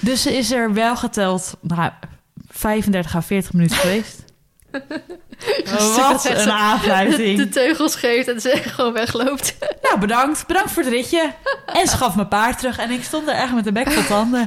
Dus ze is er wel geteld 35 à 40 minuten geweest. Wat een aanfluiting. De teugels geeft en ze gewoon wegloopt. Nou, bedankt. Bedankt voor het ritje. En ze gaf mijn paard terug. En ik stond er echt met de bek vol tanden.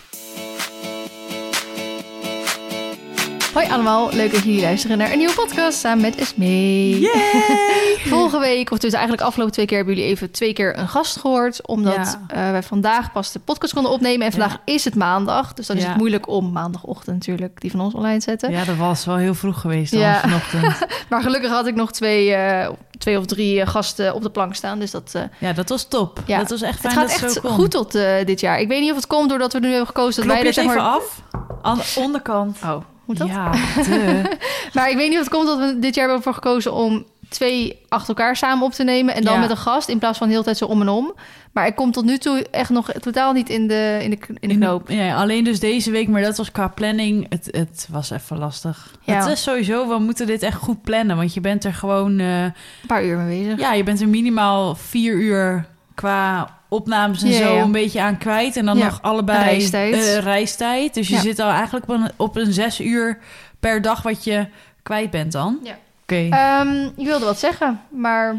Hoi allemaal, leuk dat jullie luisteren naar een nieuwe podcast samen met Esmee. Yay! Vorige week, of dus eigenlijk afgelopen 2 keer, hebben jullie even 2 keer een gast gehoord. Omdat wij vandaag pas de podcast konden opnemen. En vandaag is het maandag. Dus dan is het moeilijk om maandagochtend natuurlijk die van ons online te zetten. Ja, dat was wel heel vroeg geweest dan vanochtend. Maar gelukkig had ik nog 2 of 3 gasten op de plank staan. Dus dat... ja, dat was top. Ja. Dat was echt fijn. Het gaat echt goed tot dit jaar. Ik weet niet of het komt doordat we nu hebben gekozen dat wij er even af. Aan de onderkant. Oh. Moet dat? Ja, maar ik weet niet of het komt dat we dit jaar hebben voor gekozen om 2 achter elkaar samen op te nemen. En dan met een gast in plaats van de hele tijd zo om en om. Maar ik kom tot nu toe echt nog totaal niet in de knoop. Ja, alleen dus deze week, maar dat was qua planning. Het was even lastig. Ja. Het is sowieso, we moeten dit echt goed plannen. Want je bent er gewoon... een paar uur mee bezig. Ja, je bent er minimaal 4 uur qua opnames en zo een beetje aan kwijt. En dan nog allebei reistijd. Dus je zit al eigenlijk op een 6 uur per dag wat je kwijt bent dan. Ja. Oké. Je wilde wat zeggen, maar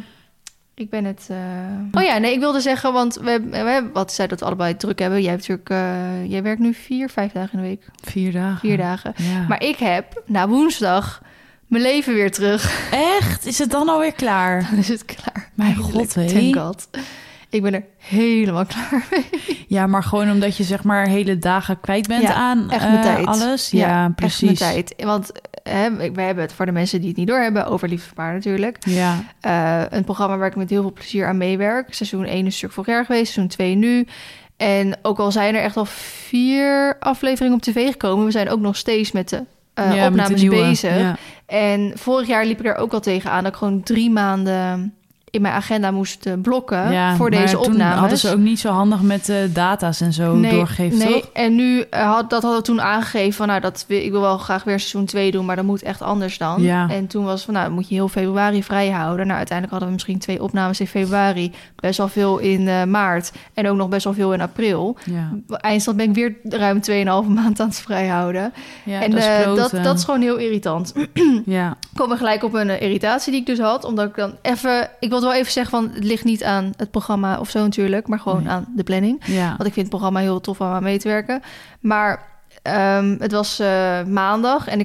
ik ben het... ik wilde zeggen, want we hebben wat zei dat we allebei druk hebben. Jij hebt natuurlijk, jij werkt nu 4-5 dagen in de week. 4 dagen. 4 dagen. Ja. Maar ik heb na woensdag mijn leven weer terug. Echt? Is het dan alweer klaar? Dan is het klaar. Mijn god, hé. Thank God. Ik ben er helemaal klaar mee. Ja, maar gewoon omdat je zeg maar hele dagen kwijt bent aan echt mijn tijd. Alles. Ja, precies. Echt mijn tijd. Want wij hebben het voor de mensen die het niet doorhebben over Liefde voor Paarden natuurlijk. Ja. Een programma waar ik met heel veel plezier aan meewerk. Seizoen 1 is stuk vorig jaar geweest, seizoen 2 nu. En ook al zijn er echt al 4 afleveringen op tv gekomen, we zijn ook nog steeds met de opnames bezig. Ja. En vorig jaar liep ik er ook al tegenaan dat ik gewoon 3 maanden in mijn agenda moest blokken voor deze opnames. Hadden ze ook niet zo handig met data's en zo doorgegeven, toch? En nu hadden we toen aangegeven van, ik wil wel graag weer seizoen 2 doen, maar dat moet echt anders dan. Ja. En toen was van, dan moet je heel februari vrij houden. Nou, uiteindelijk hadden we misschien 2 opnames in februari, best wel veel in maart en ook nog best wel veel in april. Ja. Eindstand ben ik weer ruim 2,5 maand aan het vrijhouden. Ja, en dat is gewoon heel irritant. Ja. Kom er gelijk op een irritatie die ik dus had, omdat ik dan ik wil wel even zeggen van, het ligt niet aan het programma of zo natuurlijk, maar gewoon aan de planning. Ja. Want ik vind het programma heel tof om aan mee te werken. Maar het was maandag en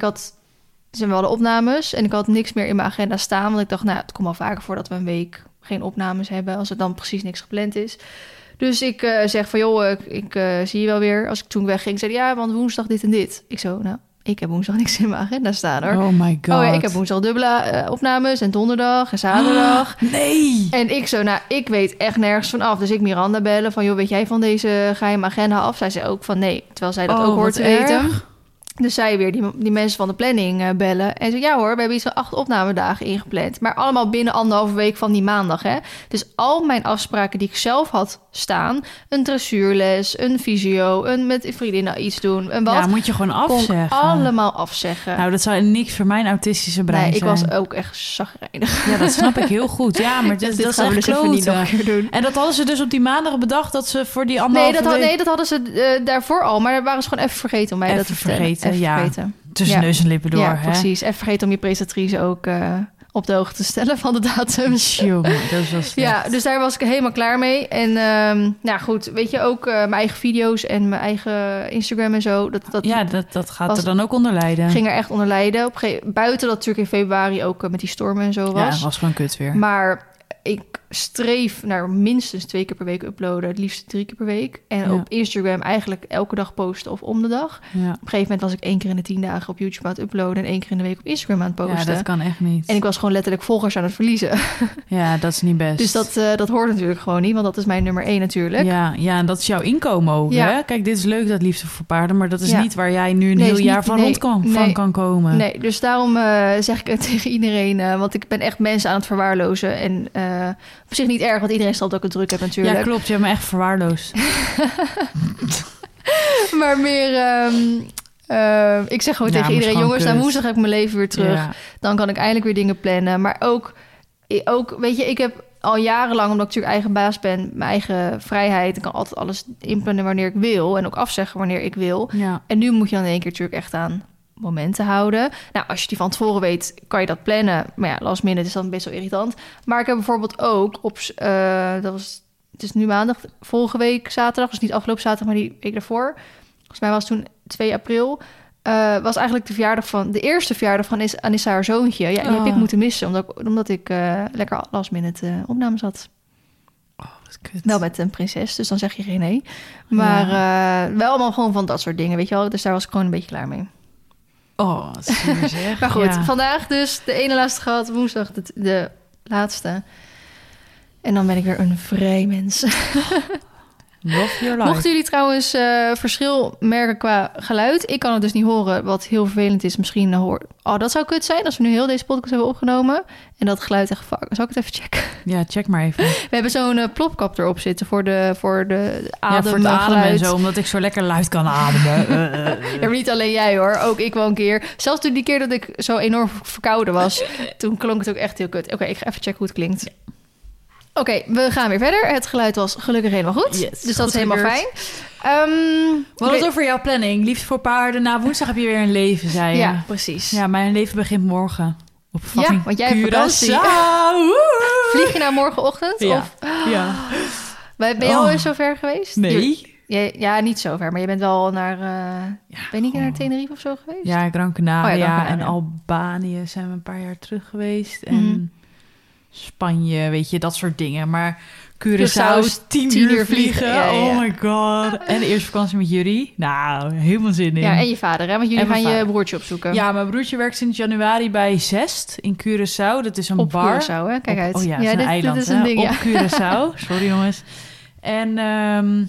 we hadden opnames en ik had niks meer in mijn agenda staan, want ik dacht, het komt al vaker voor dat we een week geen opnames hebben, als er dan precies niks gepland is. Dus ik zeg van, joh, ik zie je wel weer. Als ik toen wegging, zei hij, want woensdag dit en dit. Ik zo, ik heb woensdag niks in mijn agenda staan, hoor. Oh my god. Oh ja, ik heb woensdag dubbele opnames en donderdag en zaterdag. Nee! En ik zo, ik weet echt nergens van af. Dus ik Miranda bellen van, joh, weet jij van deze geheime agenda af? Zij zei ook van nee, terwijl zij dat ook hoort te weten. Dus zij weer die mensen van de planning bellen. En ze ja hoor, we hebben iets van 8 opnamedagen ingepland. Maar allemaal binnen 1,5 week van die maandag, hè. Dus al mijn afspraken die ik zelf had staan, een dressuurles, een fysio, een met vriendinnen iets doen, een wat. Ja, moet je gewoon afzeggen. Allemaal afzeggen. Nou, dat zou niks voor mijn autistische brein zijn. Ik was ook echt chagrijnig. Ja, dat snap ik heel goed. Ja, maar dat gaan we dus even niet nog een keer doen. En dat hadden ze dus op die maandag bedacht dat ze voor die 1,5 week... dat hadden ze daarvoor al. Maar daar waren ze gewoon even vergeten om mij dat te vertellen. Vergeten. Tussen neus en lippen door. Ja, precies. Even vergeten om je presentatrice ook op de hoogte te stellen van de datums. Jongen, dat is wel slecht. Ja, dus daar was ik helemaal klaar mee. En goed, weet je, ook mijn eigen video's en mijn eigen Instagram en zo. Dat gaat er dan ook onder lijden. Ging er echt onder lijden. Buiten dat natuurlijk in februari ook met die stormen en zo was. Ja, het was gewoon kut weer. Maar ik streef naar minstens 2 keer per week uploaden. Het liefst 3 keer per week. En op Instagram eigenlijk elke dag posten of om de dag. Ja. Op een gegeven moment was ik 1 keer in de 10 dagen op YouTube aan het uploaden en 1 keer in de week op Instagram aan het posten. Ja, dat kan echt niet. En ik was gewoon letterlijk volgers aan het verliezen. Ja, dat is niet best. Dus dat hoort natuurlijk gewoon niet, want dat is mijn nummer 1 natuurlijk. Ja, en dat is jouw inkomen ook, hè? Kijk, dit is leuk, dat Liefde voor Paarden, maar dat is niet waar jij nu een heel jaar van kan komen. Nee, dus daarom zeg ik het tegen iedereen, want ik ben echt mensen aan het verwaarlozen. En op zich niet erg, want iedereen zal het ook een druk hebben natuurlijk. Ja, klopt. Je hebt me echt verwaarloosd. Maar meer... ik zeg gewoon tegen iedereen, jongens, na woensdag heb ik mijn leven weer terug. Ja. Dan kan ik eindelijk weer dingen plannen. Maar ook weet je, ik heb al jarenlang, omdat ik natuurlijk eigen baas ben, mijn eigen vrijheid. Ik kan altijd alles inplannen wanneer ik wil en ook afzeggen wanneer ik wil. Ja. En nu moet je dan in één keer natuurlijk echt aan momenten houden. Nou, als je die van tevoren weet, kan je dat plannen. Maar ja, last minute is dan best wel irritant. Maar ik heb bijvoorbeeld ook het is nu maandag, vorige week zaterdag, dus niet afgelopen zaterdag, maar die week daarvoor. Volgens mij was toen 2 april. Was eigenlijk de eerste verjaardag van Anissa haar zoontje. Ja, die heb ik moeten missen, omdat ik lekker last minute opnames had. Oh, wat kut. Wel met een prinses, dus dan zeg je geen nee. Maar wel allemaal gewoon van dat soort dingen, weet je wel. Dus daar was ik gewoon een beetje klaar mee. Oh, wat zuur zeg. Maar goed, vandaag dus de ene laatste gehad, woensdag de laatste. En dan ben ik weer een vrij mens. Love your life. Mochten jullie trouwens verschil merken qua geluid? Ik kan het dus niet horen, wat heel vervelend is. Misschien dat zou kut zijn als we nu heel deze podcast hebben opgenomen. En dat geluid echt fuck. Zal ik het even checken? Ja, check maar even. We hebben zo'n plopkap erop zitten voor de adem. Ja, voor het ademen en zo, omdat ik zo lekker luid kan ademen. Ja, maar niet alleen jij hoor, ook ik wel een keer. Zelfs toen die keer dat ik zo enorm verkouden was, toen klonk het ook echt heel kut. Oké, ik ga even checken hoe het klinkt. Ja. Oké, we gaan weer verder. Het geluid was gelukkig helemaal goed. Yes, dus dat is helemaal fijn. Wat is over jouw planning? Liefst voor paarden. Na woensdag heb je weer een leven, zei je. Ja, precies. Ja, mijn leven begint morgen. Op ja, want jij hebt vakantie. Vlieg je nou morgenochtend? Ja. Of? Ja. Ben je al eens zo ver geweest? Nee. Ja, niet zo ver. Maar je bent wel naar... ben je niet naar Tenerife of zo geweest? Ja, Gran Canaria en Albanië zijn we een paar jaar terug geweest. En Spanje, weet je, dat soort dingen. Maar Curaçao 10 uur vliegen. Ja. Oh my god. En de eerste vakantie met jullie. Nou, helemaal zin in. Ja, en je vader, hè? Want jullie gaan je broertje opzoeken. Ja, mijn broertje werkt sinds januari bij Zest in Curaçao. Dat is een bar. Op Curaçao, hè? Kijk uit. Oh ja, het is een eiland. Dit is een ding, op Curaçao. Sorry jongens. En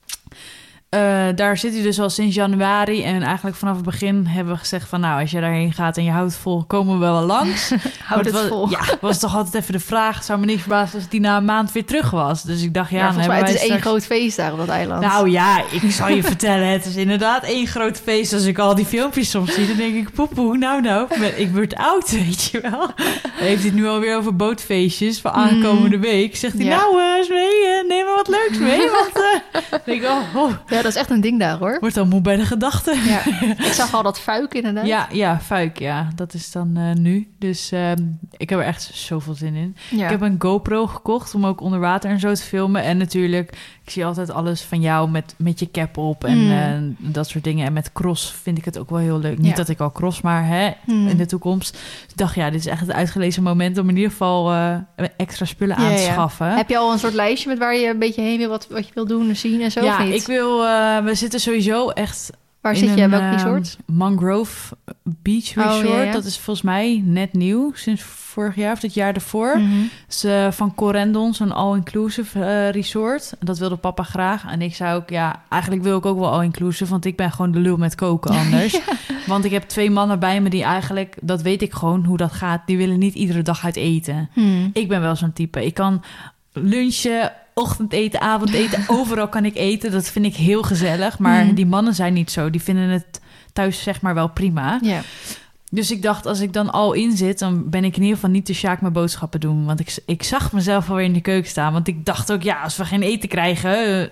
daar zit hij dus al sinds januari. En eigenlijk vanaf het begin hebben we gezegd van... nou, als je daarheen gaat en je houdt het vol, komen we wel langs. Houd het vol. Ja, was toch altijd even de vraag. Het zou me niet verbazen als die na een maand weer terug was. Dus ik dacht, volgens mij, het is één groot feest daar op dat eiland. Nou ja, ik zal je vertellen. Het is inderdaad één groot feest. Als ik al die filmpjes soms zie, dan denk ik... poepoe, nou, ik word oud, weet je wel. Hij heeft het nu alweer over bootfeestjes voor aankomende week. Zegt hij, neem maar wat leuks mee. Want denk ik, ja, dat is echt een ding daar, hoor. Wordt al moe bij de gedachte. Ja. Ik zag al dat fuik inderdaad. Ja, fuik, ja. Dat is dan nu. Dus ik heb er echt zoveel zin in. Ja. Ik heb een GoPro gekocht om ook onder water en zo te filmen. En natuurlijk, ik zie altijd alles van jou met je cap op en dat soort dingen. En met cross vind ik het ook wel heel leuk. Niet dat ik al cross, maar in de toekomst. Dus ik dacht, dit is echt het uitgelezen moment om in ieder geval extra spullen aan te schaffen. Heb je al een soort lijstje met waar je een beetje heen wil, wat je wil doen en zien en zo? Ja, of niet? ik wil... we zitten sowieso echt... Waar zit je? Welk resort? Mangrove Beach Resort. Dat is volgens mij net nieuw. Sinds vorig jaar of het jaar ervoor. Dus, van Corendon, zo'n all-inclusive resort. En dat wilde papa graag. En ik zei ook, eigenlijk wil ik ook wel all-inclusive. Want ik ben gewoon de lul met koken anders. Want ik heb 2 mannen bij me die eigenlijk... Dat weet ik gewoon hoe dat gaat. Die willen niet iedere dag uit eten. Ik ben wel zo'n type. Ik kan lunchen... ochtendeten, avondeten, overal kan ik eten. Dat vind ik heel gezellig. Maar die mannen zijn niet zo. Die vinden het thuis zeg maar wel prima. Yeah. Dus ik dacht, als ik dan al in zit... dan ben ik in ieder geval niet te sjaak mijn boodschappen doen. Want ik zag mezelf alweer in de keuken staan. Want ik dacht ook, als we geen eten krijgen...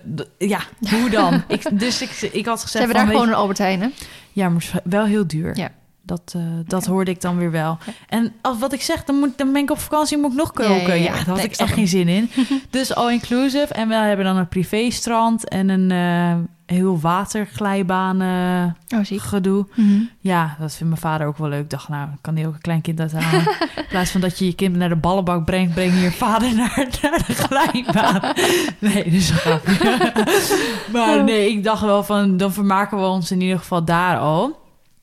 hoe dan? Ik had gezegd... Ze hebben daar gewoon een Albert Heijn, hè? Ja, maar wel heel duur. Ja. Dat hoorde ik dan weer wel. Ja. En wat ik zeg, dan ben ik op vakantie moet ik nog koken. Ja, daar had ik echt geen zin in. Dus all-inclusive. En we hebben dan een privéstrand en een heel waterglijbanen gedoe. Ja, dat vindt mijn vader ook wel leuk. Ik dacht, kan die ook een klein kind uithalen. In plaats van dat je je kind naar de ballenbak brengt... breng je je vader naar de glijbaan. Nee, dat is een grapje. Maar nee, ik dacht wel van... dan vermaken we ons in ieder geval daar al...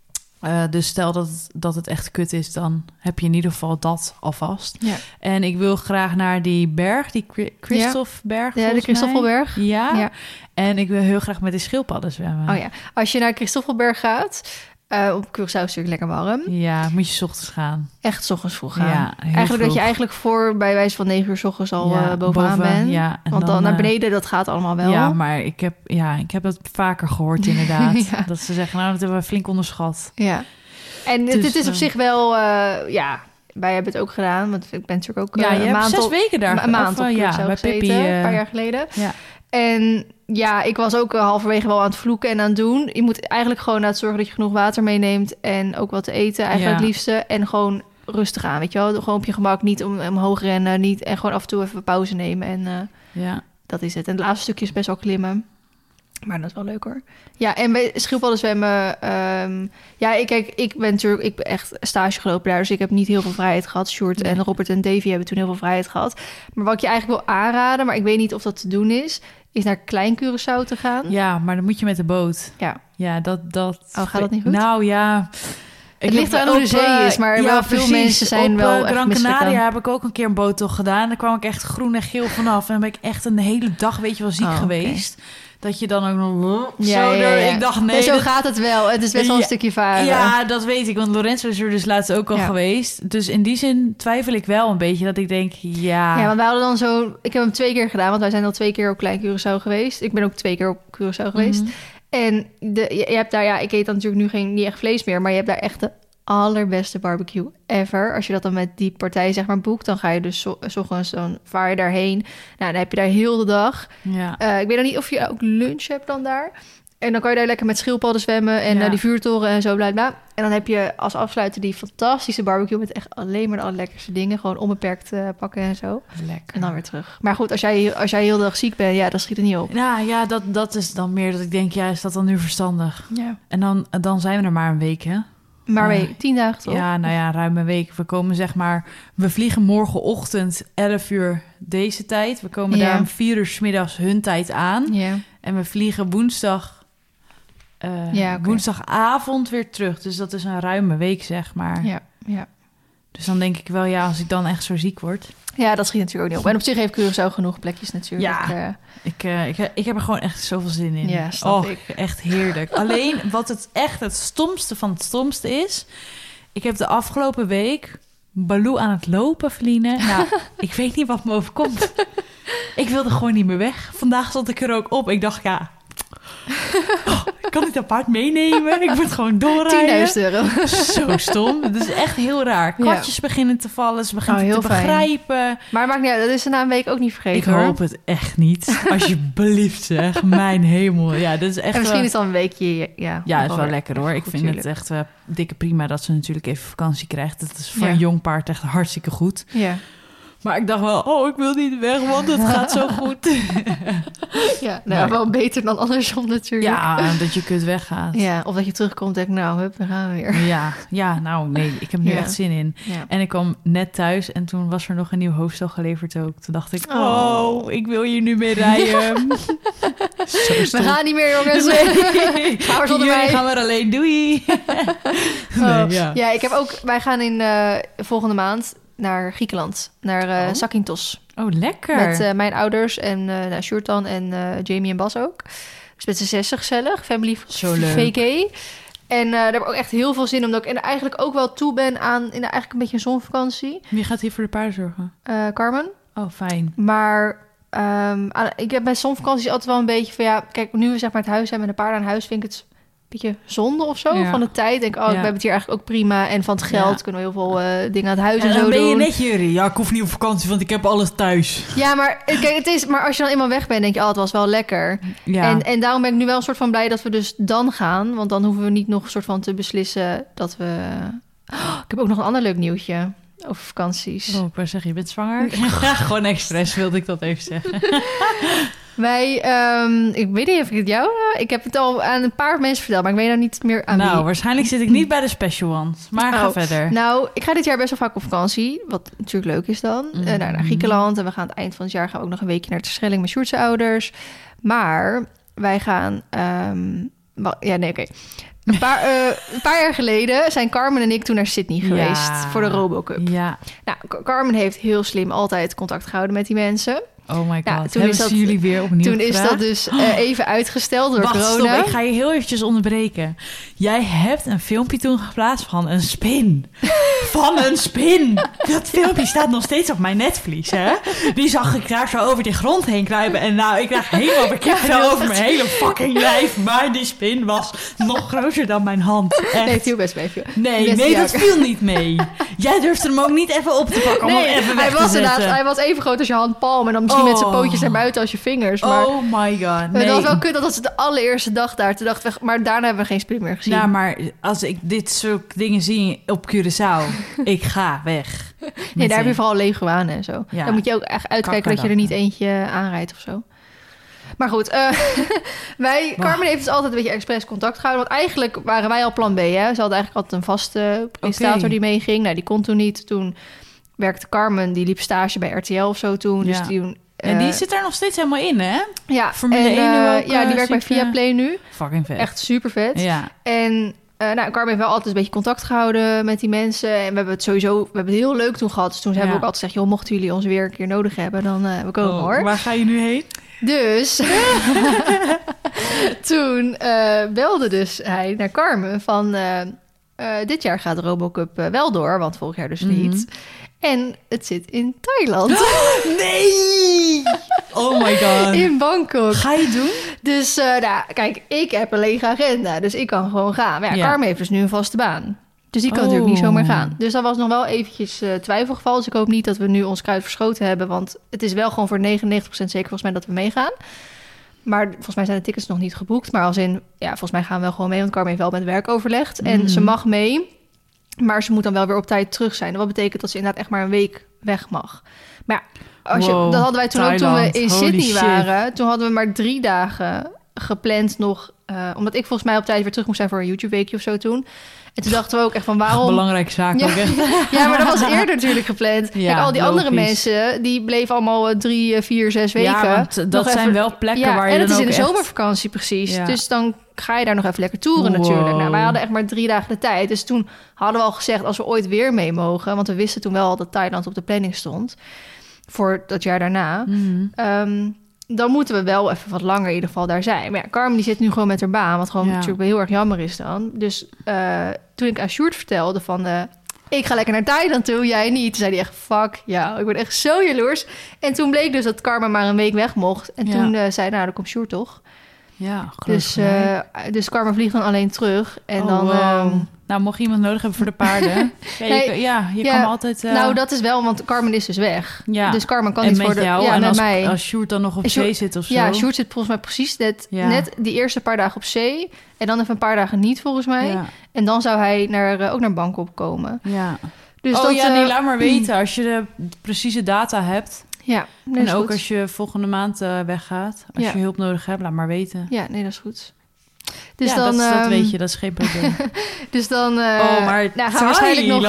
dus stel dat het echt kut is, dan heb je in ieder geval dat alvast. Ja. En ik wil graag naar die berg, die Christopherberg. Ja, de Christopherberg. Ja. En ik wil heel graag met de schildpadden zwemmen. Oh ja, als je naar Christopherberg gaat... op Curaçao is natuurlijk lekker warm. Ja, moet je 's ochtends gaan. Echt 's ochtends vroeg gaan. Ja, eigenlijk dat je eigenlijk bij wijze van 9 uur 's ochtends al bovenaan bent. Ja, want dan naar beneden, dat gaat allemaal wel. Ja, maar ik heb het vaker gehoord inderdaad. Dat ze zeggen, dat hebben we flink onderschat. Ja. En dus, het is op zich wel... wij hebben het ook gedaan. Want ik ben natuurlijk ook je hebt 6 weken daar. Een maand op Curaçao bij Pippi, een paar jaar geleden. Ja. En ja, ik was ook halverwege wel aan het vloeken en aan het doen. Je moet eigenlijk gewoon zorgen dat je genoeg water meeneemt. En ook wat te eten, eigenlijk het liefste. En gewoon rustig aan, weet je wel. Gewoon op je gemak, niet omhoog rennen. Niet, en gewoon af en toe even pauze nemen. En dat is het. En het laatste stukje is best wel klimmen. Maar dat is wel leuk hoor. Ja, en bij schildpadden zwemmen... ik ben echt stage gelopen daar. Dus ik heb niet heel veel vrijheid gehad. Sjoerd en Robert en Davy hebben toen heel veel vrijheid gehad. Maar wat ik je eigenlijk wil aanraden... maar ik weet niet of dat te doen is naar Klein Curaçao te gaan. Ja, maar dan moet je met de boot. Ja, dat... Oh, gaat dat niet goed? Nou ja... Het ligt aan hoe de zee is, maar wel veel mensen zijn wel echt Gran Canaria heb ik ook een keer een boottocht gedaan. Daar kwam ik echt groen en geel vanaf. En dan ben ik echt een hele dag, weet je wel, ziek geweest. Dat je dan ook nog... Ik dacht, nee... En zo gaat het wel. Het is best wel een stukje varen. Ja, dat weet ik. Want Lorenzo is er dus laatst ook al geweest. Dus in die zin twijfel ik wel een beetje. Dat ik denk, Ja, want wij hadden dan zo... Ik heb hem 2 keer gedaan. Want wij zijn al 2 keer op Klein Curaçao geweest. Ik ben ook 2 keer op Curaçao geweest. En je hebt daar... ik eet dan natuurlijk nu niet echt vlees meer. Maar je hebt daar echt de allerbeste barbecue ever. Als je dat dan met die partij zeg maar boekt, dan ga je dus 's ochtends, dan vaar je daarheen. Nou, dan heb je daar heel de dag. Ja. Ik weet dan niet of je ook lunch hebt dan daar. En dan kan je daar lekker met schildpadden zwemmen en naar die vuurtoren en zo, bla bla. En dan heb je als afsluiter die fantastische barbecue met echt alleen maar de allerlekkerste dingen. Gewoon onbeperkt pakken en zo. Lekker. En dan weer terug. Maar goed, als jij heel de dag ziek bent, dan schiet het niet op. Ja, dat is dan meer dat ik denk, is dat dan nu verstandig? Ja. En dan zijn we er maar een week, hè? Maar 10 dagen toch? Ja, ruim een week. We komen we vliegen morgenochtend 11 uur deze tijd. We komen daar om 4 uur 's middags hun tijd aan. Ja. En we vliegen woensdagavond weer terug. Dus dat is een ruime week, zeg maar. Ja. Dus dan denk ik wel, als ik dan echt zo ziek word... Ja, dat schiet natuurlijk ook niet op. En op zich heeft Curaçao genoeg plekjes natuurlijk. Ja, ik heb er gewoon echt zoveel zin in. Ja, snap ik. Echt heerlijk. Alleen, wat het stomste van het stomste is... Ik heb de afgelopen week Baloo aan het lopen, Feline. Nou, ik weet niet wat me overkomt. Ik wilde gewoon niet meer weg. Vandaag stond ik er ook op. Ik dacht, ik kan dit apart meenemen. Ik moet gewoon doorrijden. €10.000. Zo stom. Het is echt heel raar. Kwartjes beginnen te vallen. Ze beginnen te begrijpen. Maar maakt niet uit. Dat is ze na een week ook niet vergeten. Ik hoop het echt niet. Alsjeblieft zeg. Mijn hemel. Ja, dat is echt... En misschien is het dan een weekje... Ja, het is wel lekker hoor. Ik vind het echt dikke prima dat ze natuurlijk even vakantie krijgt. Dat is voor een jong paard echt hartstikke goed. Ja. Maar ik dacht wel, ik wil niet weg, want het gaat zo goed. Wel beter dan andersom natuurlijk. Ja, dat je kunt weggaat. Ja, of dat je terugkomt en denkt, we gaan weer. Nee, ik heb nu echt zin in. Ja. En ik kwam net thuis en toen was er nog een nieuw hoofdstel geleverd ook. Toen dacht ik, ik wil hier nu mee rijden. We gaan niet meer, jongens. Jullie gaan maar alleen, doei. Ik heb ook, wij gaan in volgende maand... naar Griekenland, naar Zakynthos. Oh, lekker. Met mijn ouders en Sjoerd en Jamie en Bas ook. Dus met z'n 6 gezellig, family VK. En daar heb ik ook echt heel veel zin in. Omdat ik eigenlijk ook wel toe ben aan eigenlijk een beetje een zonvakantie. Wie gaat hier voor de paarden zorgen? Carmen. Oh, fijn. Maar ik heb bij zonvakanties altijd wel een beetje van... kijk, nu we zeg maar het huis hebben met een paard aan huis... vind ik het beetje zonde of zo van de tijd. Denk, we hebben het hier eigenlijk ook prima. En van het geld kunnen we heel veel dingen aan het huis en zo doen. Dan ben je net jullie. Ja, ik hoef niet op vakantie, want ik heb alles thuis. Ja, maar kijk, maar als je dan eenmaal weg bent, denk je, het was wel lekker. Ja. En daarom ben ik nu wel een soort van blij dat we dus dan gaan. Want dan hoeven we niet nog een soort van te beslissen dat we... ik heb ook nog een ander leuk nieuwtje over vakanties. Oh, ik wou zeggen, je bent zwanger? Gewoon expres wilde ik dat even zeggen. Wij, ik weet niet of ik het jou... ik heb het al aan een paar mensen verteld, maar ik weet nou niet meer aan wie. Waarschijnlijk zit ik niet bij de special ones. Maar ga verder. Nou, ik ga dit jaar best wel vaak op vakantie. Wat natuurlijk leuk is dan. Naar Griekenland. En we gaan aan het eind van het jaar gaan we ook nog een weekje naar Terschelling met Sjoerdse ouders. Maar wij gaan... Een paar jaar geleden zijn Carmen en ik toen naar Sydney geweest voor de Robo Cup. Ja. Nou, Carmen heeft heel slim altijd contact gehouden met die mensen. Oh my god. Hebben ze jullie weer opnieuw Toen gevraagd? Is dat dus even uitgesteld door corona. Stop, ik ga je heel eventjes onderbreken. Jij hebt een filmpje toen geplaatst van een spin. Van een spin. Dat filmpje staat nog steeds op mijn netvlies, hè? Die zag ik daar zo over die grond heen kruipen. En nou, ik krijg helemaal bekend over mijn hele fucking lijf. Maar die spin was nog groter dan mijn hand. Echt. Nee, het viel best mee. Nee, dat viel niet mee. Jij durfde hem ook niet even op te pakken om hem even weg te zetten. Hij was even groot als je handpalm. En dan misschien met zijn pootjes naar buiten als je vingers. Maar oh my god, nee. Het was wel kut, dat was de allereerste dag daar. Toen dacht ik, maar daarna hebben we geen spin meer gezien. Ja, maar als ik dit soort dingen zie op Curaçao, ik ga weg. Nee, daar heb je vooral leguanen en zo. Ja. Dan moet je ook echt uitkijken dat je er niet eentje aanrijdt of zo. Maar goed, Carmen heeft dus altijd een beetje expres contact gehouden. Want eigenlijk waren wij al plan B, hè. Ze hadden eigenlijk altijd een vaste presentator die meeging. Nou, die kon toen niet. Toen werkte Carmen, die liep stage bij RTL of zo toen. Ja. Dus en die zit er nog steeds helemaal in, hè? Ja, Formule 1 ook, ja, die werkt bij Viaplay nu. Fucking vet. Echt super vet. Ja. En Carmen heeft wel altijd een beetje contact gehouden met die mensen. En we hebben het heel leuk toen gehad. Dus toen hebben we ook altijd gezegd, joh, mochten jullie ons weer een keer nodig hebben, dan we komen hoor. Waar ga je nu heen? Dus toen belde dus hij naar Carmen van dit jaar gaat de RoboCup wel door, want vorig jaar dus niet. En het zit in Thailand. Nee! Oh my god. In Bangkok. Ga je het doen? Dus kijk, ik heb een lege agenda, dus ik kan gewoon gaan. Maar Carmen heeft dus nu een vaste baan. Dus die kan natuurlijk niet zomaar gaan. Dus dat was nog wel eventjes twijfelgeval. Dus ik hoop niet dat we nu ons kruid verschoten hebben. Want het is wel gewoon voor 99% zeker volgens mij dat we meegaan. Maar volgens mij zijn de tickets nog niet geboekt. Maar als in, volgens mij gaan we wel gewoon mee. Want Carmen heeft wel met werk overlegd. En ze mag mee. Maar ze moet dan wel weer op tijd terug zijn. Wat betekent dat ze inderdaad echt maar een week weg mag. Maar ja, dat hadden wij toen Thailand. Ook toen we in Sydney waren. Toen hadden we maar 3 dagen gepland nog. Omdat ik volgens mij op tijd weer terug moest zijn voor een YouTube-weekje of zo toen. En toen dachten we ook echt van waarom... Belangrijke zaak ook echt. Ja, maar dat was eerder natuurlijk gepland. Ja, kijk, al die andere mensen, die bleven allemaal 3, 4, 6 weken. Ja, want dat zijn wel plekken waar je en het dan is in ook de zomervakantie precies. Ja. Dus dan ga je daar nog even lekker toeren natuurlijk. Nou, wij hadden echt maar 3 dagen de tijd. Dus toen hadden we al gezegd, als we ooit weer mee mogen... want we wisten toen wel dat Thailand op de planning stond... voor dat jaar daarna... dan moeten we wel even wat langer in ieder geval daar zijn. Maar ja, Carmen die zit nu gewoon met haar baan... wat gewoon natuurlijk heel erg jammer is dan. Dus toen ik aan Sjoerd vertelde van... ik ga lekker naar Thailand toe, jij niet. Toen zei hij echt, fuck jou, ik ben echt zo jaloers. En toen bleek dus dat Carmen maar een week weg mocht. En toen zei dan komt Sjoerd toch? Ja, dus Carmen vliegt dan alleen terug. En nou, mocht je iemand nodig hebben voor de paarden... je kan altijd... Nou, dat is wel, want Carmen is dus weg. Ja. Dus Carmen kan niet voor de... jou, en met als, mij. Als Sjoerd dan nog op zee zit of zo. Ja, Sjoerd zit volgens mij precies net die eerste paar dagen op zee. En dan even een paar dagen niet, volgens mij. Ja. En dan zou hij ook naar Bangkok komen. Ja. Dus laat maar weten als je de precieze data hebt... Ja, en ook als je volgende maand weggaat. Als je hulp nodig hebt, laat maar weten. Ja, nee, dat is goed. Dus dan, dat weet je, dat is geen probleem. Dus dan maar gaan we waarschijnlijk nog...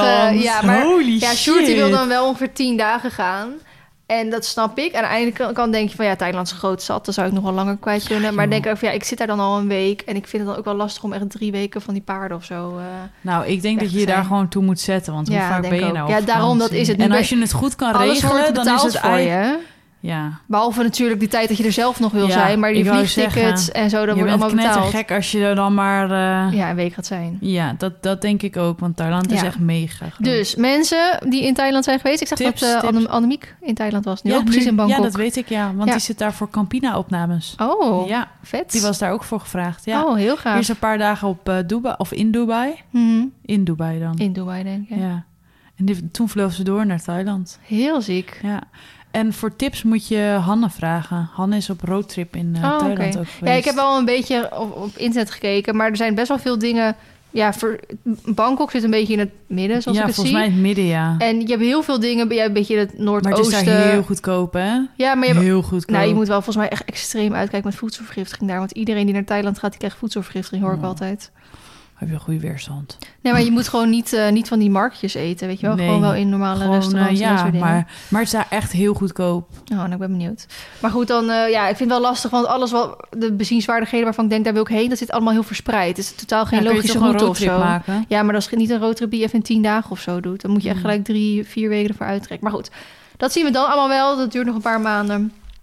Sjoerd die wil dan wel ongeveer 10 dagen gaan. En dat snap ik. En aan de ene kant denk je van... Thailand is groot zat, dan zou ik nog wel langer kwijt kunnen. Maar denk ik ook ik zit daar dan al een week. En ik vind het dan ook wel lastig om echt 3 weken van die paarden of zo... nou, ik denk dat je daar gewoon toe moet zetten. Want hoe vaak ben je nou? Ja, daarom dat is het. En als je het goed kan regelen, dan is het voor je. Ja. Behalve natuurlijk die tijd dat je er zelf nog wil zijn. Maar die vliegtickets en zo, dat wordt allemaal betaald. Je bent gek als je er dan maar... een week gaat zijn. Ja, dat denk ik ook. Want Thailand is echt mega groot. Dus mensen die in Thailand zijn geweest... Ik zag dat Annemiek in Thailand was. Nu ook precies in Bangkok. Ja, dat weet ik, Want die zit daar voor Campina-opnames. Oh, ja, vet. Die was daar ook voor gevraagd. Ja. Oh, heel gaaf. Eerst een paar dagen op Dubai, of in Dubai. Mm-hmm. In Dubai dan. In Dubai, denk ik. Ja. En toen vloog ze door naar Thailand. Heel ziek. Ja. En voor tips moet je Hanne vragen. Hanne is op roadtrip in Thailand ook geweest. Ja, ik heb wel een beetje op internet gekeken, maar er zijn best wel veel dingen... Ja, Bangkok zit een beetje in het midden, zoals ik het zie. Ja, volgens mij in het midden, ja. En je hebt heel veel dingen, een beetje in het noordoosten. Maar het is daar heel goedkoop, hè? Ja, maar heel goedkoop. Nou, je moet wel volgens mij echt extreem uitkijken met voedselvergiftiging daar. Want iedereen die naar Thailand gaat, die krijgt voedselvergiftiging, hoor ik altijd. Heb je een goede weerstand. Nee, maar je moet gewoon niet van die marktjes eten, weet je wel? Nee, gewoon wel in normale restaurants en dat soort dingen. Maar het is daar echt heel goedkoop. Oh, nou, ik ben benieuwd. Maar goed, dan, ik vind het wel lastig, want alles wat de bezienswaardigheden waarvan ik denk, daar wil ik heen, dat zit allemaal heel verspreid. Het is totaal geen logische route of zo. Maken? Ja, maar dat is niet een roadtrip die je even in 10 dagen of zo doet. Dan moet je echt gelijk 3-4 weken ervoor uittrekken. Maar goed, dat zien we dan allemaal wel. Dat duurt nog een paar maanden.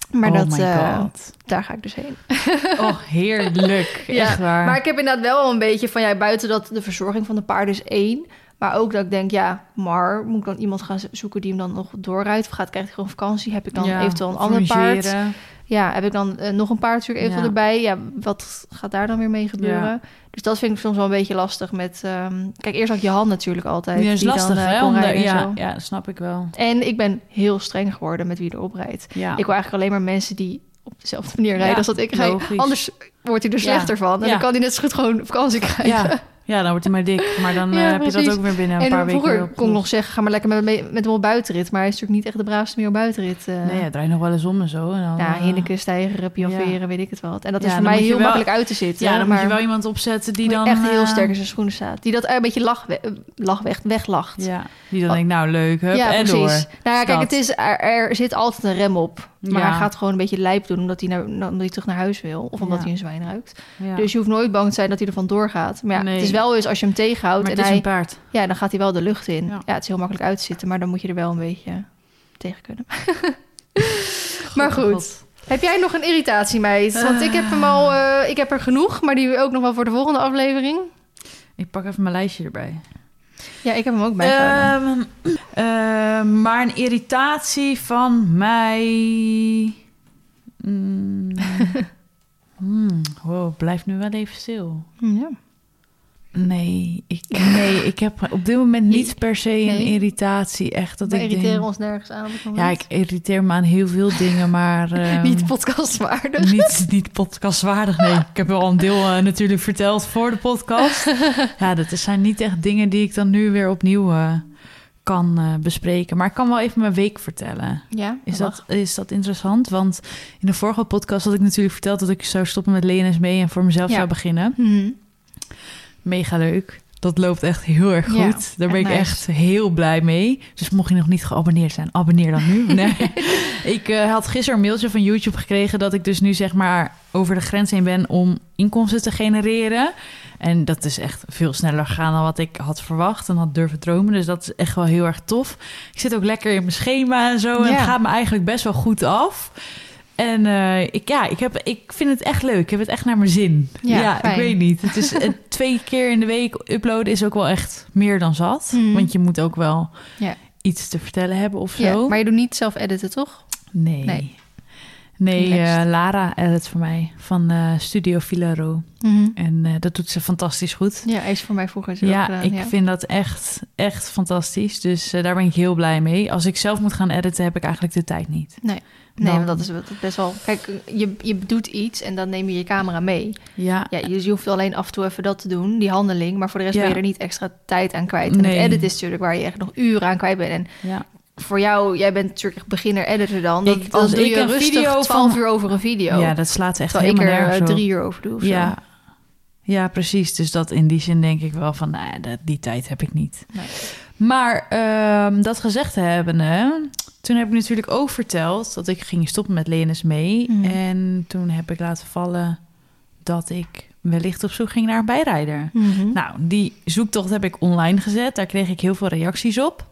Maar daar ga ik dus heen. Oh, heerlijk. Echt waar. Maar ik heb inderdaad wel een beetje van... buiten dat de verzorging van de paarden is 1... Maar ook dat ik denk, maar moet ik dan iemand gaan zoeken die hem dan nog doorrijdt? Of krijgt hij gewoon vakantie? Heb ik dan eventueel een ander paard? Ja, heb ik dan nog een paard natuurlijk eventueel erbij? Ja, wat gaat daar dan weer mee gebeuren? Ja. Dus dat vind ik soms wel een beetje lastig met... kijk, eerst had je hand natuurlijk altijd. Ja, is die lastig, dan, hè? kon rijden Ja, snap ik wel. En ik ben heel streng geworden met wie erop rijdt. Ja. Ik wil eigenlijk alleen maar mensen die op dezelfde manier rijden als dat ik rijd. Anders wordt hij er slechter van. En dan kan hij net zo goed gewoon vakantie krijgen. Ja, dan wordt hij maar dik. Maar dan heb je dat ook weer binnen een paar weken. En vroeger kon ik nog zeggen, ga maar lekker met hem op buitenrit. Maar hij is natuurlijk niet echt de braafste meer op buitenrit. Nee, hij draait nog wel eens om en zo. En dan, Hinneken, stijgeren, piaferen, weet ik het wat. En dat is voor mij heel makkelijk uit te zitten. Ja, dan moet je wel iemand opzetten die dan... echt heel sterk in zijn schoenen staat. Die dat een beetje weglacht. Ja, die dan denkt, nou leuk, hup, en precies. Door. Nou ja, kijk, er zit altijd een rem op. Maar hij gaat gewoon een beetje lijp doen omdat hij terug naar huis wil. Of omdat hij een zwijn ruikt. Ja. Dus je hoeft nooit bang te zijn dat hij ervan doorgaat. Maar het is wel eens als je hem tegenhoudt. Maar het is een paard. Ja, dan gaat hij wel de lucht in. Ja, het is heel makkelijk uit te zitten. Maar dan moet je er wel een beetje tegen kunnen. Maar goed. God. Heb jij nog een irritatiemeid? Want ik heb hem al... ik heb er genoeg. Maar die ook nog wel voor de volgende aflevering. Ik pak even mijn lijstje erbij. Ja, ik heb hem ook bijgehouden. Maar een irritatie van mij... Wow, blijf nu wel even stil. Ja. Nee, ik heb op dit moment niet per se een irritatie. Echt dat we irriteren ons nergens aan op het moment. Ja, ik irriteer me aan heel veel dingen, maar... niet podcastwaardig. Niet podcastwaardig, nee. Ik heb wel een deel natuurlijk verteld voor de podcast. Ja, dat zijn niet echt dingen die ik dan nu weer opnieuw kan bespreken. Maar ik kan wel even mijn week vertellen. Ja, is dat interessant? Want in de vorige podcast had ik natuurlijk verteld dat ik zou stoppen met LNS mee en voor mezelf zou beginnen. Mm-hmm. Mega leuk. Dat loopt echt heel erg goed. Ja, daar ben ik echt heel blij mee. Dus mocht je nog niet geabonneerd zijn, abonneer dan nu. Nee. Ik had gisteren een mailtje van YouTube gekregen dat ik dus nu zeg maar over de grens heen ben om inkomsten te genereren. En dat is echt veel sneller gegaan dan wat ik had verwacht en had durven dromen. Dus dat is echt wel heel erg tof. Ik zit ook lekker in mijn schema en zo. En het gaat me eigenlijk best wel goed af. En ik vind het echt leuk. Ik heb het echt naar mijn zin. Ja, ik weet niet. Het is 2 keer in de week uploaden is ook wel echt meer dan zat. Want je moet ook wel iets te vertellen hebben of zo. Ja, maar je doet niet zelf editen, toch? Nee, Lara edit voor mij van Studio Filaro. Mm-hmm. En dat doet ze fantastisch goed. Ja, hij is voor mij vroeger zo gedaan. Ik vind dat echt fantastisch. Dus daar ben ik heel blij mee. Als ik zelf moet gaan editen, heb ik eigenlijk de tijd niet. Nee, want dat is best wel... Kijk, je doet iets en dan neem je je camera mee. Ja, dus je hoeft alleen af en toe even dat te doen, die handeling. Maar voor de rest ben je er niet extra tijd aan kwijt. En het edit is natuurlijk waar je echt nog uren aan kwijt bent. En voor jou, jij bent natuurlijk echt beginner-editor dan. Dan doe je een rustig 12 uur over een video. Ja, dat slaat echt helemaal nergens op. Ik er 3 uur over doe of zo. Ja, precies. Dus dat in die zin denk ik wel van, die tijd heb ik niet. Nee. Maar dat gezegd hebbende, toen heb ik natuurlijk ook verteld dat ik ging stoppen met LNS mee. Mm. En toen heb ik laten vallen dat ik wellicht op zoek ging naar een bijrijder. Mm-hmm. Nou, die zoektocht heb ik online gezet. Daar kreeg ik heel veel reacties op.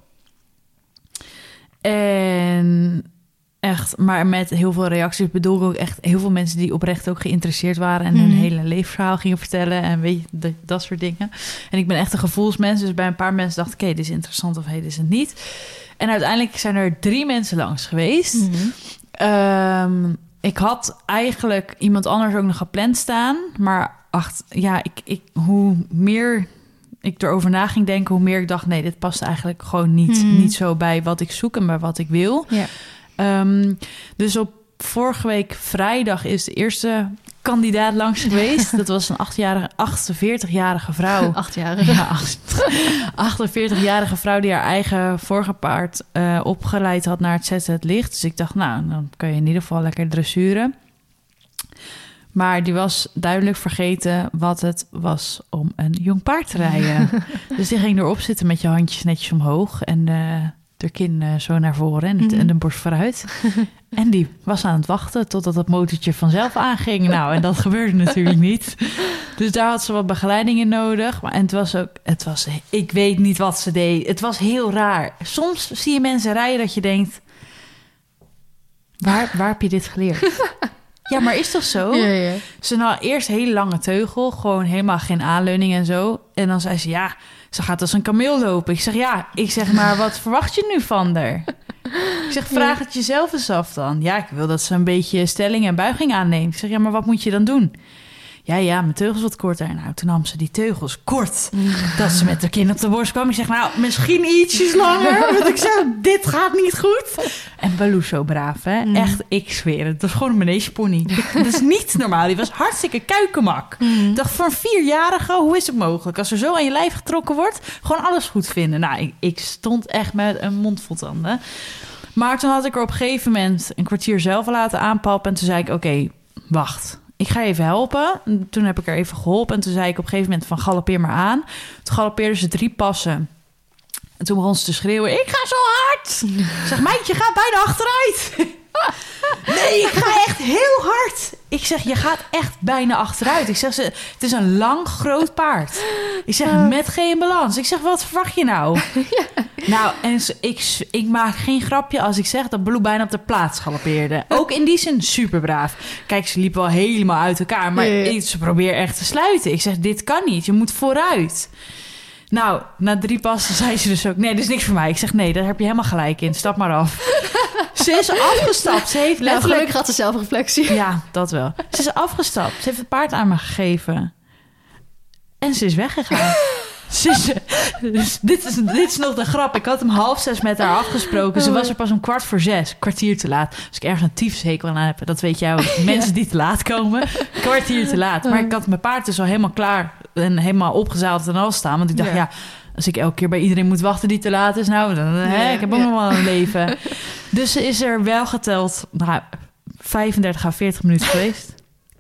En echt, maar met heel veel reacties bedoel ik ook echt heel veel mensen die oprecht ook geïnteresseerd waren en hun hele levensverhaal gingen vertellen en weet je, dat soort dingen. En ik ben echt een gevoelsmens, dus bij een paar mensen dacht ik, oké, dit is interessant of dit is het niet. En uiteindelijk zijn er 3 mensen langs geweest. Mm-hmm. Ik had eigenlijk iemand anders ook nog gepland staan, maar hoe meer ik erover na ging denken, hoe meer ik dacht, nee, dit past eigenlijk gewoon niet zo bij wat ik zoek en bij wat ik wil. Ja. Dus op vorige week vrijdag is de eerste kandidaat langs geweest. Dat was een 48-jarige vrouw. 8-jarige. Ja, 48-jarige vrouw die haar eigen vorige paard opgeleid had naar het zetten het licht. Dus ik dacht, nou, dan kan je in ieder geval lekker dressuren. Maar die was duidelijk vergeten wat het was om een jong paard te rijden. Dus die ging erop zitten met je handjes netjes omhoog en de kin zo naar voren en de borst vooruit. En die was aan het wachten totdat het motortje vanzelf aanging. Nou, en dat gebeurde natuurlijk niet. Dus daar had ze wat begeleiding in nodig. Maar het was, ik weet niet wat ze deed. Het was heel raar. Soms zie je mensen rijden dat je denkt, Waar heb je dit geleerd? Ja, maar is toch zo? Ja. Ze had eerst een hele lange teugel, gewoon helemaal geen aanleuning en zo. En dan zei ze, ja, ze gaat als een kameel lopen. Ik zeg, maar wat verwacht je nu van haar? Ik zeg, vraag het jezelf eens af dan. Ja, ik wil dat ze een beetje stelling en buiging aanneemt. Ik zeg, ja, maar wat moet je dan doen? Ja, mijn teugels wat korter. Nou, toen nam ze die teugels kort. Dat ze met haar kind op de borst kwam. Ik zeg, nou, misschien ietsjes langer. Want ik zeg, dit gaat niet goed. En Baloo zo braaf, hè. Echt, ik zweer het. Dat was gewoon een manegesepony. Dat is niet normaal. Die was hartstikke kuikenmak. Ik dacht, voor een 4-jarige, hoe is het mogelijk? Als er zo aan je lijf getrokken wordt, gewoon alles goed vinden. Nou, ik stond echt met een mond vol tanden. Maar toen had ik er op een gegeven moment een kwartier zelf laten aanpappen. En toen zei ik, oké, wacht. Ik ga je even helpen. En toen heb ik er even geholpen. En toen zei ik op een gegeven moment van galoppeer maar aan. Toen galoppeerde ze 3 passen. En toen begon ze te schreeuwen. Ik ga zo hard. Ik zeg, meidje, ga bijna achteruit. Nee, ik ga echt heel hard. Ik zeg, je gaat echt bijna achteruit. Ik zeg, het is een lang, groot paard. Ik zeg, met geen balans. Ik zeg, wat verwacht je nou? Nou, en ik maak geen grapje als ik zeg dat Baloo bijna op de plaats galoppeerde. Ook in die zin super braaf. Kijk, ze liep wel helemaal uit elkaar. Maar ze probeert echt te sluiten. Ik zeg, dit kan niet. Je moet vooruit. Nou, na 3 passen zei ze dus ook... Nee, dat is niks voor mij. Ik zeg, nee, daar heb je helemaal gelijk in. Stap maar af. Ze is afgestapt. Ze heeft letterlijk... gelukkig had ze zelfreflectie. Ja, dat wel. Ze is afgestapt. Ze heeft het paard aan me gegeven. En ze is weggegaan. Dus dit is nog de grap. Ik had hem 5:30 met haar afgesproken. Ze was er pas om 5:15, kwartier te laat. Dus ik ergens een tyfushekel aan heb. Dat weet jij ook. Mensen die te laat komen, kwartier te laat. Maar ik had mijn paard dus al helemaal klaar en helemaal opgezaald en al staan. Want ik dacht, ja, als ik elke keer bij iedereen moet wachten die te laat is, nou, dan, ik heb ook nog wel een leven. Dus ze is er wel geteld, 35 à 40 minuten geweest.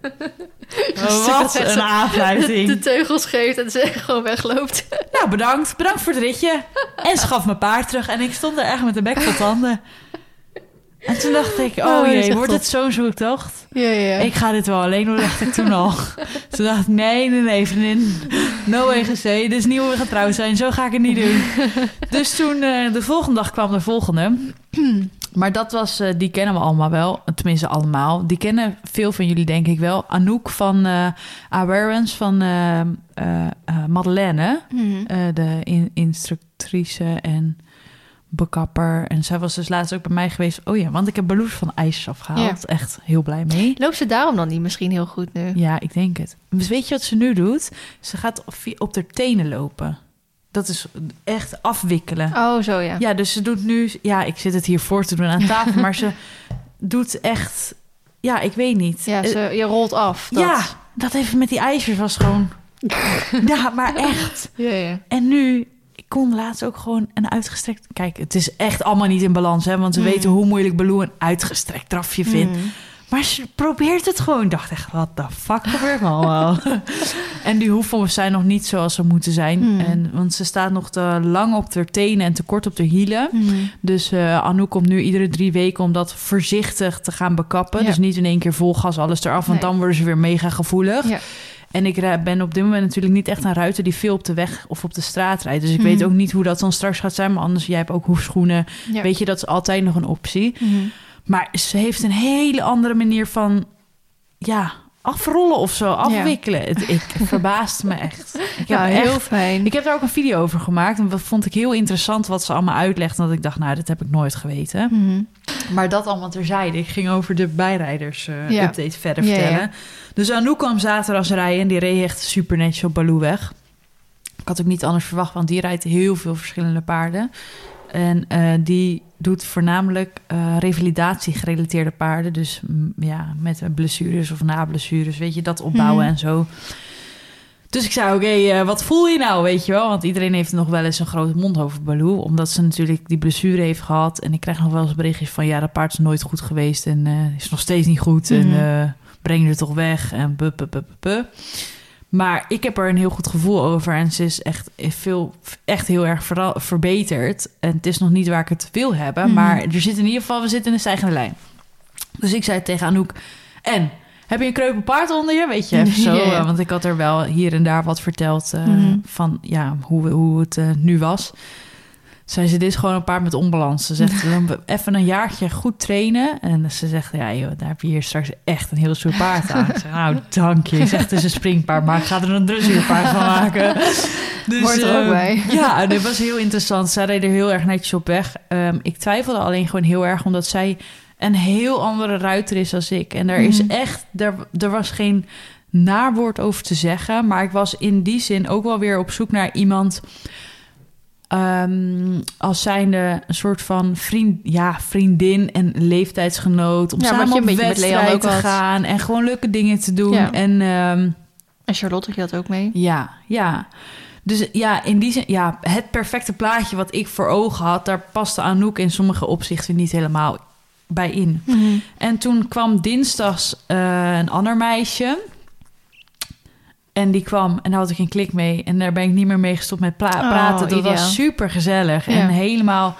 Wat een aanfluiting. De teugels geeft en ze gewoon wegloopt. Nou, bedankt voor het ritje. En ze gaf mijn paard terug. En ik stond er echt met de bek vol tanden. En toen dacht ik, oh jee, wordt het zo'n zoektocht? Ja. Ik ga dit wel alleen doen, dacht ik toen al. Toen dacht ik, nee, vriendin. No EGC, dit is niet hoe we getrouwd zijn. Zo ga ik het niet doen. Dus toen, de volgende dag kwam de volgende. Maar dat was, die kennen we allemaal wel. Tenminste, allemaal. Die kennen veel van jullie, denk ik wel. Anouk van Awareness van Madeleine. De instructrice en bekapper. En zij was dus laatst ook bij mij geweest. Oh ja, want ik heb Baloo van ijsjes afgehaald. Ja. Echt heel blij mee. Loopt ze daarom dan niet misschien heel goed nu? Ja, ik denk het. Dus weet je wat ze nu doet? Ze gaat op haar tenen lopen. Dat is echt afwikkelen. Oh, zo ja. Ja, dus ze doet nu... Ja, ik zit het hier voor te doen aan tafel. Maar ze doet echt... Ja, ik weet niet. Ja, je rolt af. Dat. Ja, dat even met die ijsjes was gewoon... Ja, maar echt. Ja. En nu... Ik kon laatst ook gewoon een uitgestrekt... Kijk, het is echt allemaal niet in balans, hè. Want ze weten hoe moeilijk Baloo een uitgestrekt drafje vindt. Maar ze probeert het gewoon. Ik dacht echt, wat de fuck gebeurt me allemaal? En die hoeven zijn nog niet zoals ze moeten zijn. Want ze staat nog te lang op haar tenen en te kort op de hielen. Dus Anouk komt nu iedere 3 weken om dat voorzichtig te gaan bekappen. Ja. Dus niet in één keer vol gas alles eraf. Want dan worden ze weer mega gevoelig. Ja. En ik ben op dit moment natuurlijk niet echt een ruiter die veel op de weg of op de straat rijdt. Dus ik weet ook niet hoe dat dan straks gaat zijn. Maar anders, jij hebt ook hoefschoenen. Ja. Weet je, dat is altijd nog een optie. Maar ze heeft een hele andere manier van... Ja, afrollen of zo, afwikkelen. Ja. Ik verbaast me echt. Heel fijn. Ik heb daar ook een video over gemaakt. En dat vond ik heel interessant wat ze allemaal uitlegt. Dat ik dacht, nou, dat heb ik nooit geweten. Maar dat allemaal terzijde. Ik ging over de bijrijders-update verder vertellen. Ja. Dus Anouk kwam zaterdag rijden en die reed echt super netjes op Baloo weg. Ik had ook niet anders verwacht, want die rijdt heel veel verschillende paarden. En die doet voornamelijk revalidatie-gerelateerde paarden. Dus met blessures of na-blessures, weet je, dat opbouwen en zo. Dus ik zei, oké, wat voel je nou, weet je wel? Want iedereen heeft nog wel eens een grote mond over Baloo. Omdat ze natuurlijk die blessure heeft gehad. En ik krijg nog wel eens berichtjes van... ja, dat paard is nooit goed geweest en is nog steeds niet goed. En breng je er toch weg en Maar ik heb er een heel goed gevoel over. En ze is echt heel erg verbeterd. En het is nog niet waar ik het wil hebben. Maar er zit in ieder geval, we zitten in een stijgende lijn. Dus ik zei tegen Anouk... En, heb je een kreupel paard onder je? Weet je, even zo. Want ik had er wel hier en daar wat verteld... van hoe het nu was. zei ze, dit is gewoon een paard met onbalans. Ze zegt, even een jaartje goed trainen. En ze zegt, ja joh, daar heb je hier straks echt een heel stoer paard aan. Ik zeg, nou, dank je. Ik zeg, het is een springpaard, maar ik ga er een dressuurpaard van maken. Dus, hoort er ook bij. Ja, dit was heel interessant. Zij reed er heel erg netjes op weg. Ik twijfelde alleen gewoon heel erg, omdat zij een heel andere ruiter is als ik. En er is echt, er was geen nawoord over te zeggen. Maar ik was in die zin ook wel weer op zoek naar iemand als zijnde een soort van vriendin en leeftijdsgenoot. Om samen op wedstrijd te gaan en gewoon leuke dingen te doen. Ja. En Charlotte had je dat ook mee? Ja. Dus ja, in die zin, ja, het perfecte plaatje wat ik voor ogen had, daar paste Anouk in sommige opzichten niet helemaal bij in. Mm-hmm. En toen kwam dinsdags een ander meisje. En die kwam en daar had ik een klik mee. En daar ben ik niet meer mee gestopt met praten. Dat was super gezellig. Ja. En helemaal,